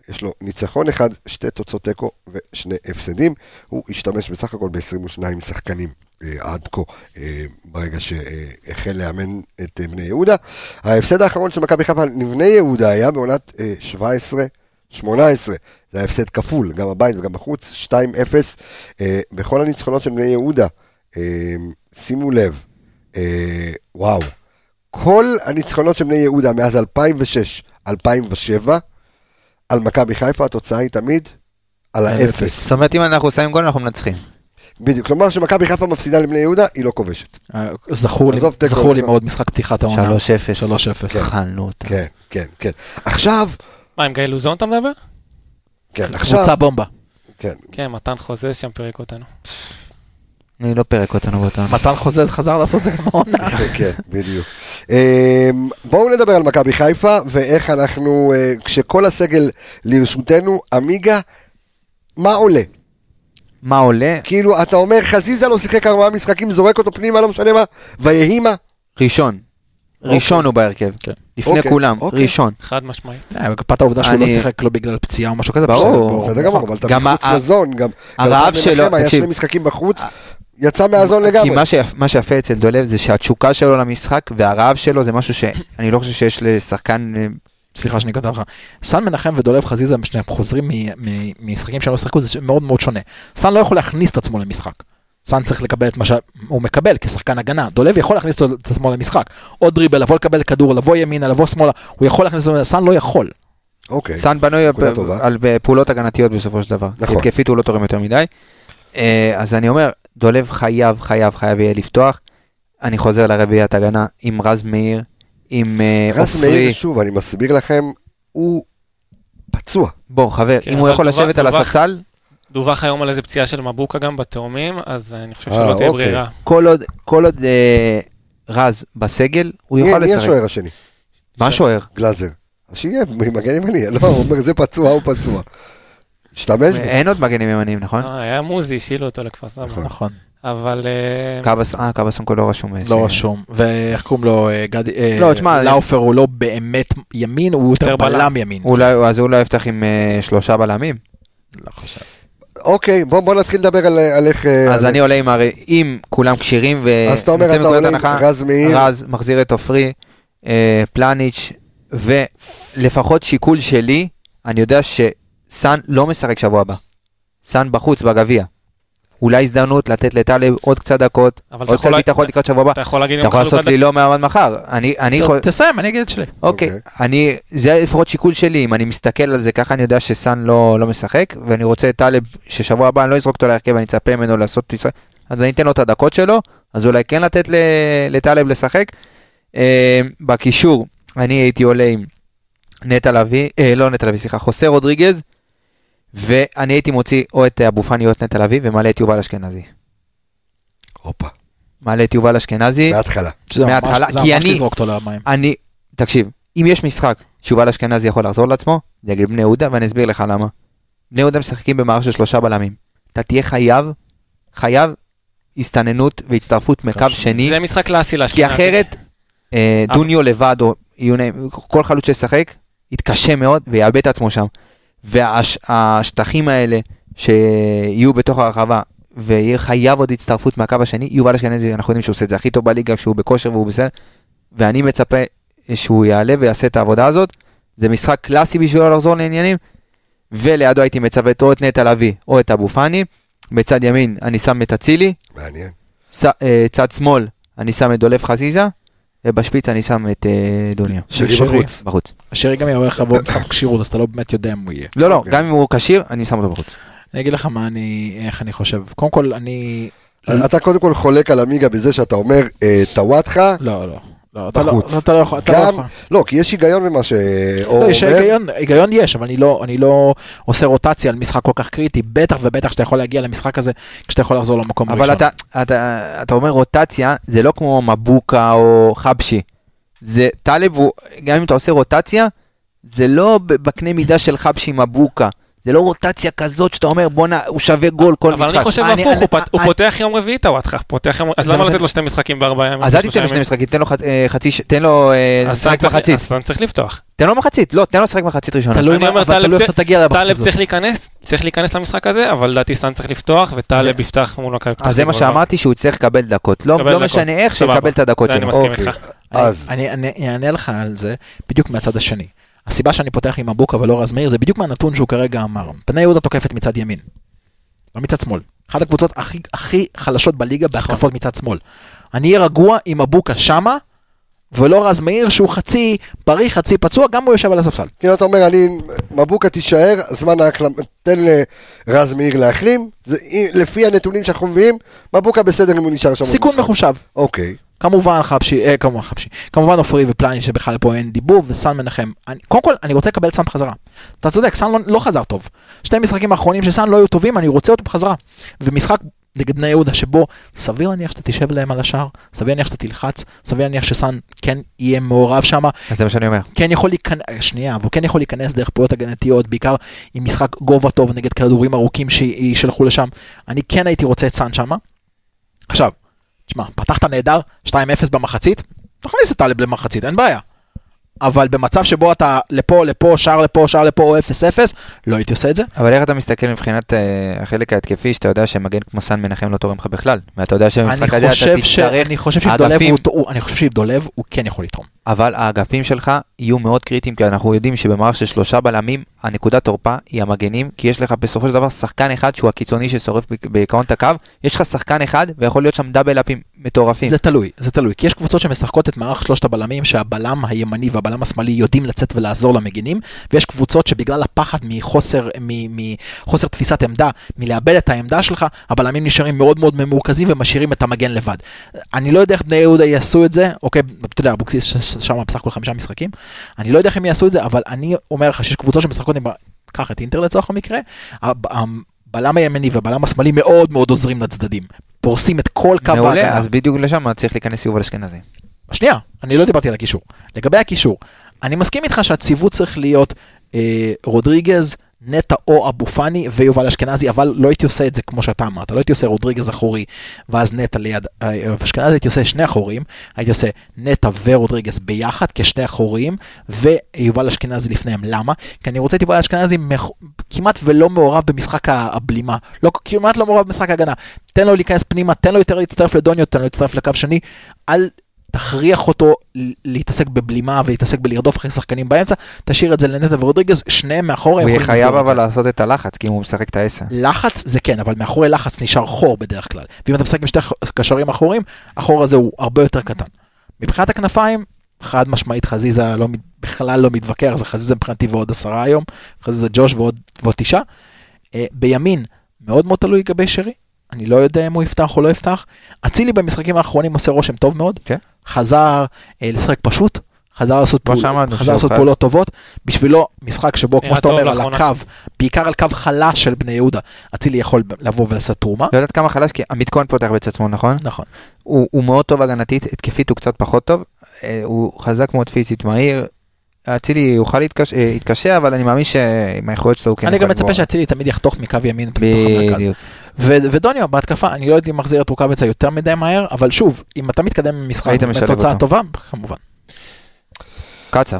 יש לו ניצחון אחד, 2 תוצאות תיקו ו2 הפסדים, הוא השתמש בסך הכל ב-22 שחקנים עד כה, ברגע שהחל לאמן את בני יהודה. ההפסד האחרון של מכבי חיפה לבני יהודה היה בעונת 17-18, זה היה הפסד כפול, גם הבית וגם בחוץ, 2-0, בכל הניצחונות של בני יהודה, שימו לב, וואו, כל הניצחונות של בני יהודה מאז 2006-2007, על מכבי חיפה התוצאה היא תמיד על האפס. זאת אומרת, אם אנחנו שמים גול, אנחנו מנצחים. בדיוק, כלומר שמכבי חיפה מפסידה לבני יהודה, היא לא כובשת. זכור לי מאוד משחק פתיחת העונה. 3-0. חלנו אותה. כן, כן, כן. עכשיו... מה, עם גיא לוזון אתה מדבר? כן, עכשיו... קבוצה בומבה. כן. כן, מתן חוזז שם פרק אותנו. אני לא פרק אותנו באותה. מתן חוזז חזר לעשות זה גם העונה. כן, בדיוק. בואו נדבר על מכבי חיפה, ואיך אנחנו, כשכל הסגל לרשותנו, אמיגה, מה עולה? מה עולה? כאילו, אתה אומר, חזיזה לא שיחק 4 משחקים, זורק אותו פנימה, לא משנה מה, ויהי מה? ראשון הוא בהרכב. לפני כולם, ראשון. חד משמעית. קפת העובדה שהוא לא שיחק לא בגלל פציעה או משהו כזה. ברור. בסדר גמור, אבל אתה מחוץ לזון, גם הרעב שלו, היה 2 משחקים בחוץ, יצא מהזון לגמרי. כי מה שיפה אצל דולב זה שהתשוקה שלו למשחק והרעב שלו זה משהו שאני לא חושב שיש לשחקן... סליחה שאני קוטע לך. סן מנחם ודולב חזיזה שניהם חוזרים ממשחקים שהם לא שחקו, זה מאוד מאוד שונה. סן לא יכול להכניס את עצמו למשחק. סן צריך לקבל את מה שהוא מקבל כשחקן הגנה. דולב יכול להכניס את עצמו למשחק. עוד דריבל, לבוא לקבל כדור, לבוא ימינה, לבוא שמאלה. הוא יכול להכניס את עצמו, סן לא יכול. סן בנוי על פעולות הגנתיות בסופו של דבר. התקפית הוא לא תורם יותר מדי. אז אני אומר, דולב חייב יהיה לפתוח. אני חוזר לרביעיית הגנה עם רז מאיר, עם רז מאיר, שוב, אני מסביר לכם, הוא פצוע. בוא, חבר, אם הוא יכול לשבת על הספסל... דווח היום על איזה פציעה של מבוקה גם בתאומים, אז אני חושב שלא תהיה ברירה. כל עוד רז בסגל, הוא יוכל לשחק. מי השוער השני? מה השוער? גלאזר. אז שיהיה, מגן ימני, לא, הוא אומר, זה פצוע, הוא פצוע. שתמש? אין עוד מגנים ימניים, נכון? היה מוזי, שילו אותו לכפר סבא. נכון. אבל... קאבסון לא רשום. לא רשום. ואיך קוראים לו, לאופר הוא לא באמת ימין, הוא יותר בלם ימין. אז הוא לא יפתח עם 3 בלמים? לא חושב. אוקיי, בוא נתחיל לדבר על איך... אז אני עולה עם כולם קשירים, אז אתה אומר, אתה עולה עם רז מאיר. רז מחזיר את אופרי, פלניץ', ולפחות שיקול שלי, אני יודע שסן לא משחק שבוע הבא. סן בחוץ בגביע. אולי הזדמנות לתת לטלב עוד קצת דקות, עוד קצת ביטחון לקראת שבוע הבא. אתה יכול לעשות לי לא מעמד מחר. תסיים, אני אגיד את שלי. אוקיי, זה לפחות שיקול שלי, אם אני מסתכל על זה ככה, אני יודע שסן לא משחק, ואני רוצה את טלב ששבוע הבא אני לא אזרוק אותו להרכב, אני אצפה ממנו לעשות, אז אני אתן לו את הדקות שלו, אז אולי כן לתת לטלב לשחק. בקישור, אני הייתי עולה עם חוסה רודריגז, ואני הייתי מוציא או את אבו פאני או את נטע לביא, ומעלה את יובל אשכנזי. הופה. מעלה את יובל אשכנזי. מההתחלה. כי אני, תקשיב, אם יש משחק שיובל אשכנזי יכול לחזור לעצמו, זה יגיד בני יהודה, ואני אסביר לך למה. בני יהודה משחקים במערך של 3 בלמים. אתה תהיה חייב הסתננות והצטרפות מקו שני. זה משחק קלאסי לאשכנזי. כי אחרת, דוניו לבד, או כל חלוץ ששחק, יתקשה מאוד ויאבד את עצמו שם. והשטחים האלה שיהיו בתוך הרחבה ויהיה חייב עוד הצטרפות מהקו השני, יובל אשכנזי, אנחנו יודעים שהוא עושה את זה הכי טוב בליגה כשהוא בכושר והוא בסדר, ואני מצפה שהוא יעלה ויעשה את העבודה הזאת. זה משחק קלאסי בשבילו לחזור לעניינים, ולידו הייתי מצוות או את נטע לביא או את אבו פאני. בצד ימין אני שם את אצילי, מעניין. צד שמאל אני שם את דולב חזיזה, ובשפיץ אני שם את דוניה. שרי בחוץ. השרי גם יהיה לבוא במשחק קשירות, אז אתה לא באמת יודע אם הוא יהיה. לא, גם אם הוא קשיר, אני שם אותו בחוץ. אני אגיד לך איך אני חושב. קודם כל, אתה קודם כל חולק על אמיגה בזה שאתה אומר, טוואטחה? לא, אתה לא יכול. לא, כי יש היגיון במה לא, יש היגיון יש, אבל אני לא עושה רוטציה על משחק כל כך קריטי, בטח ובטח שאתה יכול להגיע למשחק הזה, כשאתה יכול לחזור למקום הראשון. אבל אתה אומר רוטציה, זה לא כמו מבוקה או חבשי. זה טלב, גם אם אתה עושה רוטציה, זה לא בקנה מידה של חבשי מבוקה. זה לא רוטציה כזאת שאתה אומר, בוא הוא שווה גול כל משחק. אבל אני חושב הפוך, הוא פותח יום רביעי את הוואטחה, אז למה לתת לו 2 משחקים ב4 ימים? אז אל תיתן לו 2 משחקים, תן לו לשחק מחצית. אז צריך לפתוח. תן לו מחצית, לא, תן לו לשחק מחצית ראשונה. תלוי איפה תגיע למחצית הזאת. טלב צריך להיכנס למשחק הזה, אבל לדעתי סן צריך לפתוח, וטלב יפתח מול מכבי פתח תקווה. אז זה מה שאמרתי, שהוא צריך לקבל דקות. לא משנה איך, שיקבל את הדקות שלו. אני מסכים איתך. אני אענה לך על זה בדיוק מהצד השני. הסיבה שאני פותח עם אבוקה ולא רז מאיר, זה בדיוק מהנתון שהוא כרגע אמר. בני יהודה תוקפת מצד ימין, לא מצד שמאל. אחת הקבוצות הכי חלשות בליגה בהחטפות מצד שמאל. אני אהיה רגוע עם אבוקה שמה, ולא רז מאיר שהוא חצי בריא, חצי פצוע, גם הוא יושב על הספסל. כן, אתה אומר, מבוקה תישאר, זמן תן לרז מאיר להחלים, לפי הנתונים שאנחנו מביאים, מבוקה בסדר אם הוא נשאר שם. סיכון מחושב. אוקיי. כמובן כמובן אופרי ופלני שבכלל פה אין דיבור, וסן מנחם. קודם כל, אני רוצה לקבל סן בחזרה. אתה צודק, סן לא חזר טוב. 2 משחקים האחרונים שסן לא היו טובים, אני רוצה אותו בחזרה. ומשחק נגד בני יהודה שבו סביר להניח שאתה תשב להם על השער, סביר להניח שאתה תלחץ, סביר להניח שסן כן יהיה מעורב שם. אז זה מה שאני אומר. כן יכול להיכנס דרך פעולות הגנתיות, בעיקר עם משחק גובה טוב נגד כדורים ארוכים שישלחו לשם. אני כן הייתי רוצה את סן שם. עכשיו, תשמע, פתחת נהדר, 2-0 במחצית, תכניס את טלב למחצית, אין בעיה. אבל במצב שבו אתה לפה, שער לפה, או 0-0, לא הייתי עושה את זה. אבל איך אתה מסתכל מבחינת החלק ההתקפי, שאתה יודע שמגן כמו סן מנחם לא תורם לך בכלל, ואתה יודע שבמשחק הזה אתה תצטרך, אני חושב שעם דולב הוא כן יכול לתרום. אבל האגפים שלך יהיו מאוד קריטיים, כי אנחנו יודעים שבמערך של 3 בלמים, הנקודת תורפה היא המגנים, כי יש לך בסופו של דבר שחקן אחד שהוא הקיצוני ששורף בעיקרון את הקו, יש לך שחקן אחד ויכול להיות שם דאבל אפים מטורפים. זה תלוי, כי יש קבוצות שמשחקות את מערך 3 הבלמים, שהבלם הימני והבלם השמאלי יודעים לצאת ולעזור למגנים, ויש קבוצות שבגלל הפחד מחוסר תפיסת עמדה, מלאבד את העמדה שלך, הבלמים נשארים מאוד מאוד ממורכזים ומשאירים את המגן לבד. אני לא יודע איך בני יהודה יעשו את זה, אוקיי, אתה יודע, אבוקסיס שם בסך הכל 5 משחקים, אני לא יודע איך הם יעשו את זה, אבל אני אומר לך שיש קבוצות שמשחקות עם, קח את אינטר לצורך המקרה, הבלם הימני והבלם השמאלי מאוד מאוד עוזרים לצדדים, פורסים את כל קו ההגנה. מעולה, אז בדיוק לשם צריך להיכנס יובל אשכנזי. שנייה, אני לא דיברתי על הקישור. לגבי הקישור, אני מסכים איתך שהציוות צריך להיות רודריגז, נטע או אבו פני ויובל אשכנזי, אבל לא הייתי עושה את זה כמו שאתה אמרת, לא הייתי עושה רודריגז אחורי ואז נטע ליד אשכנזי, הייתי עושה 2 אחורים, הייתי עושה נטע ורודריגז ביחד כ2 אחורים, ויובל אשכנזי לפניהם. למה? כי אני רוצה את יובל אשכנזי כמעט ולא מעורב במשחק הבלימה, כמעט לא מעורב במשחק ההגנה, תן לו להיכנס פנימה, תן לו יותר להצטרף לדוניו, תן לו להצטרף לקו שני, אל תכריח אותו להתעסק בבלימה ולהתעסק בלרדוף אחרי שחקנים באמצע, תשאיר את זה לנטע ורודריגז, שניהם מאחורי. הוא יהיה חייב אבל לעשות את הלחץ, כי אם הוא משחק את ה10. לחץ זה כן, אבל מאחורי לחץ נשאר חור בדרך כלל. ואם אתה משחק עם 2 קשרים אחוריים, החור הזה הוא הרבה יותר קטן. מבחינת הכנפיים, חד משמעית חזיזה בכלל לא מתווכח, זה חזיזה מבחינתי ועוד 10 היום, חזיזה ג'וש ועוד 9. בימין, מאוד מאוד תלוי לגבי שרי. אני לא יודע אם הוא יפתח או לא יפתח. אצילי במשחקים האחרונים עושה רושם טוב מאוד. חזר לשחק פשוט, חזר לעשות פעולות טובות, בשבילו משחק שבו, כמו שאתה אומר, על הקו, בעיקר על קו חלש של בני יהודה, אצילי יכול לבוא ולעשות תרומה. לא יודעת כמה חלש, כי עמית כהן פותח בצד שמאל, נכון? נכון. הוא מאוד טוב הגנתית, התקפית הוא קצת פחות טוב, הוא חזק מאוד פיזית, מהיר, אצילי יוכל להתקשה, אבל אני מאמין שעם האיכויות שלו הוא כן... אני גם מצפה שאצילי תמיד יחתוך מקו ימין בתוך המרכז. ודוניו, בהתקפה, אני לא יודע אם מחזיר את רוקאביצה יותר מדי מהר, אבל שוב, אם אתה מתקדם במשחק בתוצאה טובה, כמובן. קצר.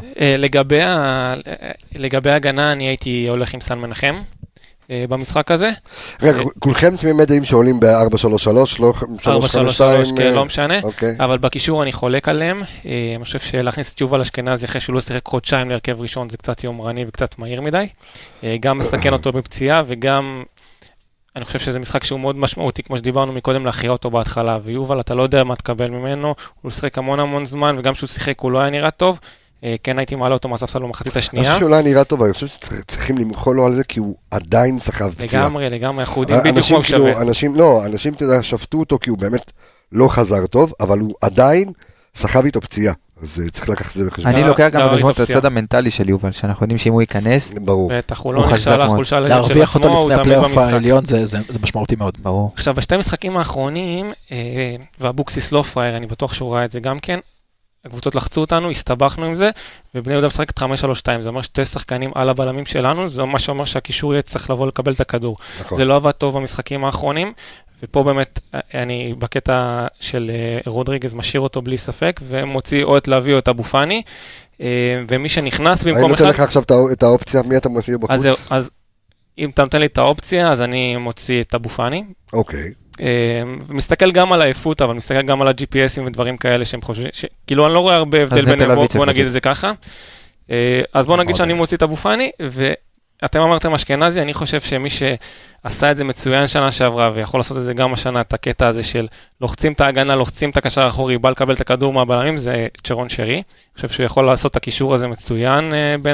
לגבי ההגנה, אני הייתי הולך עם סן מנחם במשחק הזה. רגע, כולכם תמימי דעים שעולים ב-4-3-3, לא 3-5-2? 4-3-3, כן, לא משנה. אבל בקישור אני חולק עליהם. אני חושב שלהכניס את יובל אשכנזי אחרי שהוא לא שיחק חודשיים להרכב ראשון, זה קצת יומרני וקצת מהיר מדי. גם מסכן אותו בפציעה, וגם אני חושב שזה משחק שהוא מאוד משמעותי, כמו שדיברנו מקודם, להכריע אותו בהתחלה. ויובל, אתה לא יודע מה תקבל ממנו, הוא שיחק המון זמן, וגם שהוא שיחק הוא לא היה נראה טוב. כן הייתי מעלה אותו מהספסל במחצית השנייה. אני חושב שאולי נראה טוב, אני חושב שצריכים למחול לו על זה, כי הוא עדיין שחב פציעה. לגמרי, אנחנו יודעים בדיוק מה הוא שווה. אנשים שפטו אותו, כי הוא באמת לא חזר טוב, אבל הוא עדיין שחב איתו פציעה. אז צריך לקחת את זה בחשבון. אני לוקח גם בחשבון את הצד המנטלי של יובל, שאנחנו יודעים שאם הוא ייכנס, בטח, הוא לא נכשל החולשה של להרוויח אותו לפני הפלייאוף העליון, זה משמעותי מאוד. ברור. עכשיו, בשתי משחקים האחרונים, ואבוקסיס לא פרייר, אני בטוח שהוא ראה את זה גם כן, הקבוצות לחצו אותנו, הסתבכנו עם זה, ובני יהודה משחקת 5-3-2, זה אומר שתי שחקנים על הבלמים שלנו, זה מה שאומר שהקישור יהיה צריך לבוא לקבל את הכדור. זה לא עבד טוב במשחקים האחרונים, ופה באמת אני בקטע של רודריגז משאיר אותו בלי ספק, ומוציא או את להביא או את אבו פאני, ומי שנכנס במקום אחד... אני נותן לך עכשיו את האופציה, מי אתה משאיר בחוץ? אז אם אתה נותן לי את האופציה, אז אני מוציא את אבו פאני. אוקיי. מסתכל גם על העיפות, אבל מסתכל גם על ה-GPSים ודברים כאלה שהם חושבים, כאילו אני לא רואה הרבה הבדל ביניהם, בוא נגיד את זה ככה. אז בוא נגיד שאני מוציא את אבו פאני, ואתם אמרתם אשכנזי, אני חושב שמי שעשה את זה מצוין שנה שעברה, ויכול לעשות את זה גם השנה, את הקטע הזה של לוחצים את ההגנה, לוחצים את הקשר האחורי, בא לקבל את הכדור מהבלמים, זה צ'רון שרי. אני חושב שהוא יכול לעשות את הקישור הזה מצוין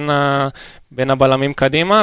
בין הבלמים קדימה,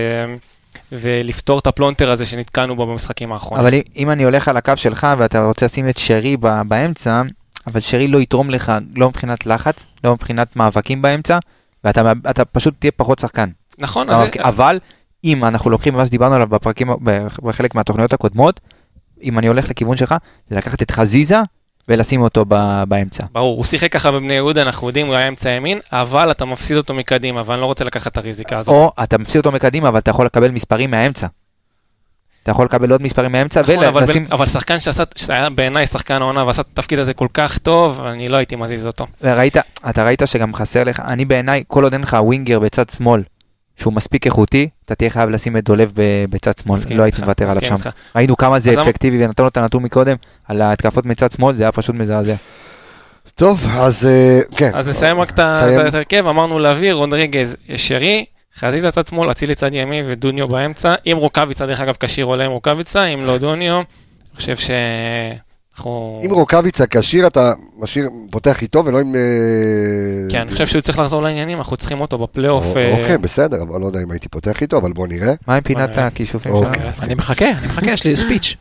ולפתור את הפלונטר הזה שנתקענו בו במשחקים האחרונים. אבל אם אני הולך על הקו שלך ואתה רוצה לשים את שרי באמצע, אבל שרי לא יתרום לך, לא מבחינת לחץ, לא מבחינת מאבקים באמצע, ואתה פשוט תהיה פחות שחקן. נכון. אבל אם אנחנו לוקחים מה שדיברנו עליו בפרקים, בחלק מהתוכניות הקודמות, אם אני הולך לכיוון שלך, זה לקחת את חזיזה ולשים אותו באמצע. ברור, הוא שיחק ככה בבני יהודה, אנחנו יודעים, הוא היה אמצע ימין, אבל אתה מפסיד אותו מקדימה, אבל אני לא רוצה לקחת את הריזיקה הזאת. או אתה מפסיד אותו מקדימה, אבל אתה יכול לקבל מספרים מהאמצע. אתה יכול לקבל עוד מספרים מהאמצע, נכון, אבל שחקן שהיה בעיניי שחקן העונה, ועשה את התפקיד הזה כל כך טוב, אני לא הייתי מזיז אותו. אתה ראית שגם חסר לך, אני בעיניי, כל עוד אין לך ווינגר בצד שמאל, שהוא מספיק איכותי, אתה תהיה חייב לשים את דולב בצד שמאל, לא הייתי מוותר עליו שם. ראינו כמה זה אפקטיבי, ונתנו את הנתון מקודם, על ההתקפות מצד שמאל, זה היה פשוט מזעזע. טוב, אז כן. אז נסיים רק את ההרכב, אמרנו להביא רודריגז שרי, חזיזה צד שמאל, אצילי צד ימין ודוניו באמצע, אם רוקאביצה, דרך אגב קשיר עולה עם רוקאביצה, אם לא דוניו, אני חושב שאנחנו... אם רוקאביצה קשיר, אתה משאיר, פותח איתו ולא עם... כן, אני חושב שהוא צריך לחזור לעניינים, אנחנו צריכים אותו בפלייאוף. אוקיי, בסדר, אבל לא יודע אם הייתי פותח איתו, אבל בוא נראה. מה עם פינת הכישופים שלנו? אני מחכה, יש לי ספיץ'.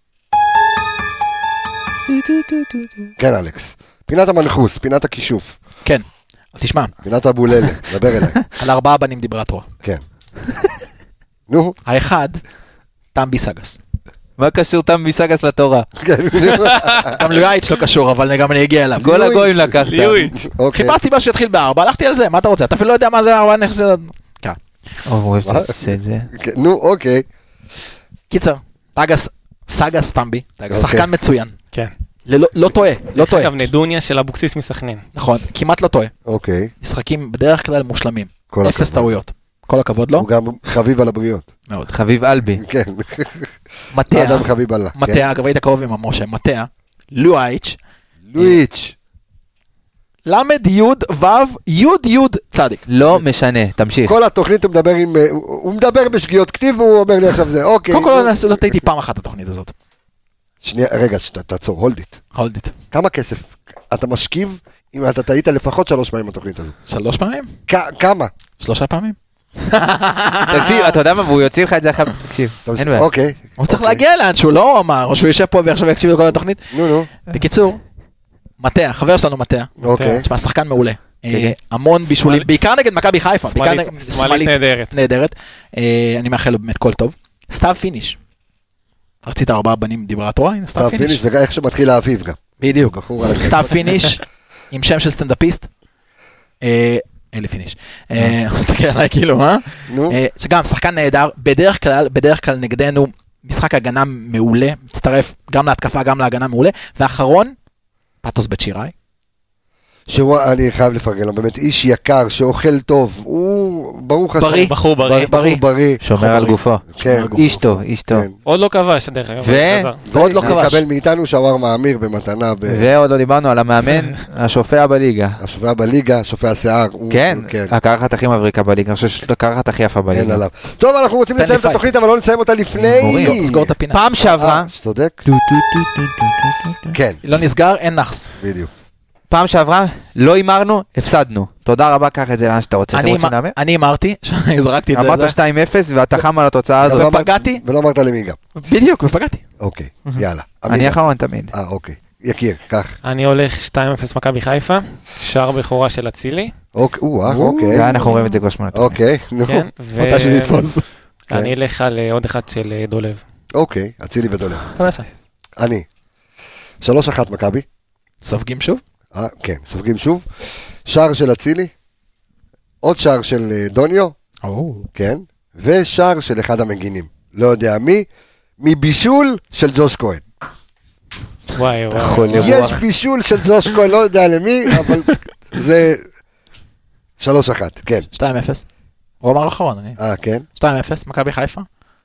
כן, אלכס. פינת המנחוס, פינת הכישוף. כן. תשמע. פינת הבוללה, דבר אליי. על 4 בנים דיברה תורה. כן. נו. האחד, טמבי סגס. מה קשור טמבי סגס לתורה? גם לואיץ' לא קשור, אבל גם אני אגיע אליו. גול הגויים לקחת. חיפשתי משהו שהתחיל ב4, הלכתי על זה, מה אתה רוצה? אתה אפילו לא יודע מה זה 4 נכסי... כן. נו, אוקיי. קיצר, סגס טמבי, שחקן מצוין. כן. לא טועה, לא טועה. אגב, נדוניה של אבוקסיס מסכנין. נכון, כמעט לא טועה. אוקיי. משחקים בדרך כלל מושלמים. 0 טעויות. כל הכבוד לו. הוא גם חביב על הבריות. מאוד. חביב אלבי. כן. מטה. אדם חביב עלה. מטה, אגב היית קרוב עם המשה. מטה. לואיץ'. למד יוד וו יוד יוד צדיק. לא משנה, תמשיך. כל התוכנית הוא מדבר בשגיאות כתיב והוא אומר לי עכשיו זה, אוקיי. קודם כל לא תהייתי פעם אחת התוכנית הזאת. שנייה, רגע, תעצור, הולדית. כמה כסף אתה משכיב אם אתה תהיית לפחות 3 פעמים בתוכנית הזו? 3 פעמים? כמה? 3 פעמים. תקשיב, אתה יודע מה, והוא יוציא לך את זה אחר, תקשיב. אוקיי. הוא צריך להגיע לאן שהוא לא אמר, או שהוא יושב פה ועכשיו יקשיב לכל התוכנית. נו. בקיצור, מטה, חבר שלנו מטה. אוקיי. תשמע, שחקן מעולה. המון בישולים, בעיקר נגד מכבי חיפה. שמאלית נהדרת. אני מאחל לו באמת כל טוב. סתיו פיניש. רצית 4 בנים דיברה תורה, הנה סתיו פיניש. ואיך שמתחיל האביב גם. בדיוק. סתיו פיניש, עם שם של סטנדאפיסט. אלי פיניש. הוא מסתכל עליי כאילו, שגם שחקן נהדר, בדרך כלל נגדנו, משחק הגנה מעולה, מצטרף גם להתקפה, גם להגנה מעולה, ואחרון, פטוס בית שיראי. אני חייב לפרגן לו, באמת איש יקר, שאוכל טוב, הוא ברוך השם. בחור בריא. שומר על גופו. איש טוב. עוד לא כבש, דרך אגב. ועוד לא כבש. יקבל מאיתנו שווארמה אמיר במתנה. ועוד לא דיברנו על המאמן, השופע בליגה. השופע בליגה, שופע השיער. כן, הקרחת הכי מבריקה בליגה, אני חושב שזאת הקרחת הכי יפה בליגה. טוב, אנחנו רוצים לסיים את התוכנית, אבל לא נסיים אותה לפני. סגור את הפינה. פעם שעברה. צודק. כן. לא נסגר, אין נחס. בדיוק. פעם שעברה, לא הימרנו, הפסדנו. תודה רבה, קח את זה לאן שאתה רוצה. אתם רוצים להמר? אני אמרתי, זרקתי את זה. אמרת 2-0 ואתה חם על התוצאה הזאת. ופגעתי. ולא אמרת למי גם. בדיוק, ופגעתי. אוקיי, יאללה. אני אחרון תמיד. אוקיי. יקיר, קח. אני הולך 2-0 מכבי חיפה, שער בכורה של אצילי. אוקיי. אנחנו רואים את זה גושמן. אוקיי, נו. אותה שתתפוס. אני אלך על עוד אחד של דולב. אוקיי, אצילי ודולב. בבקשה. אני. 3-1 מכבי. סופגים שוב? כן, סופגים שוב. שער של אצילי, עוד שער של דוניו, כן, ושער של אחד המגינים. לא יודע מי, מבישול של ג'וש כהן. וואי. יש בישול של ג'וש כהן, לא יודע למי, אבל זה 3-1, כן. 2-0. הוא אמר אחרון, כן. 2-0, מכבי חיפה.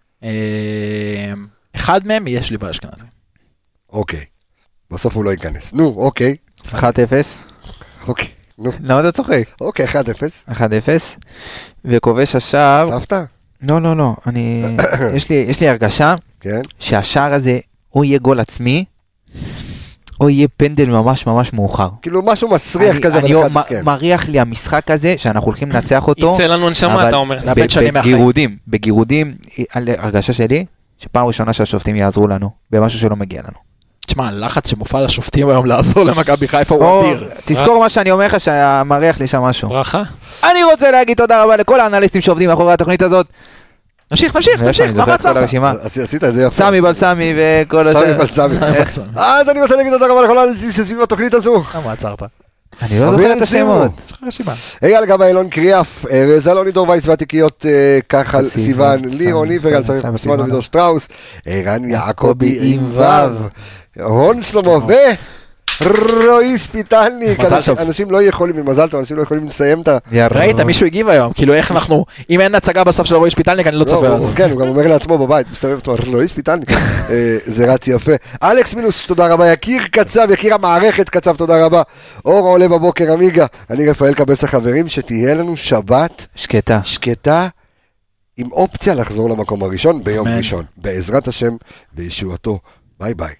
אחד מהם יהיה שליבה אשכנזי. אוקיי. בסוף הוא לא ייכנס. נו, אוקיי. 1-0. אוקיי, נו. למה אתה צוחק? אוקיי, 1-0. 1-0. וכובש השער... סבתא? לא. יש לי הרגשה שהשער הזה או יהיה גול עצמי, או יהיה פנדל ממש ממש מאוחר. כאילו משהו מסריח כזה. אני מריח לי המשחק הזה, שאנחנו הולכים לנצח אותו. יצא לנו נשמה, אתה אומר. בגירודים, על הרגשה שלי, שפעם ראשונה שהשופטים יעזרו לנו, במשהו שלא מגיע לנו. תשמע, הלחץ שמופעל לשופטים היום לעזור למכבי חיפה הוא אדיר. תזכור מה שאני אומר לך, שמריח לי שם משהו. ברכה. אני רוצה להגיד תודה רבה לכל האנליסטים שעובדים מאחורי התוכנית הזאת. תמשיך, מה מצאת? עשית את זה יפה. סמי בלסמי וכל השאר. אז אני רוצה להגיד תודה רבה לכל האנליסטים שסביב התוכנית הזו. מה עצרת? אני לא זוכר את השמות. אייל גבאי, אילון קריאף, רזלוני דור וייס והתיקיות כחל סיוון, לירון איבר, סימן דומידור שטראוס, ערן יעקבי עם וו, הון שלמה רועי שפיטלניק. אנשים לא יכולים, ממזל טוב, אנשים לא יכולים לסיים את ה... ראית, מישהו הגיב היום, כאילו איך אנחנו, אם אין הצגה בסוף של רועי שפיטלניק, אני לא צופה על זה. כן, הוא גם אומר לעצמו בבית, מסתובב אותו, רועי שפיטלניק, זה רץ יפה. אלכס מינוס, תודה רבה, יקיר קצב, יקיר המערכת קצב, תודה רבה. אור עולה בבוקר, אמיגה, אני רפאל קבס החברים, שתהיה לנו שבת שקטה, עם אופציה לחזור למקום הראשון ביום ראשון, בעזרת השם, בישועתו. ביי ביי.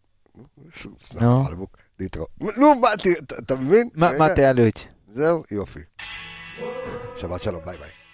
נו, אתה מבין? מה תהיה לואיץ'? זהו, יופי. שבת שלום, ביי ביי.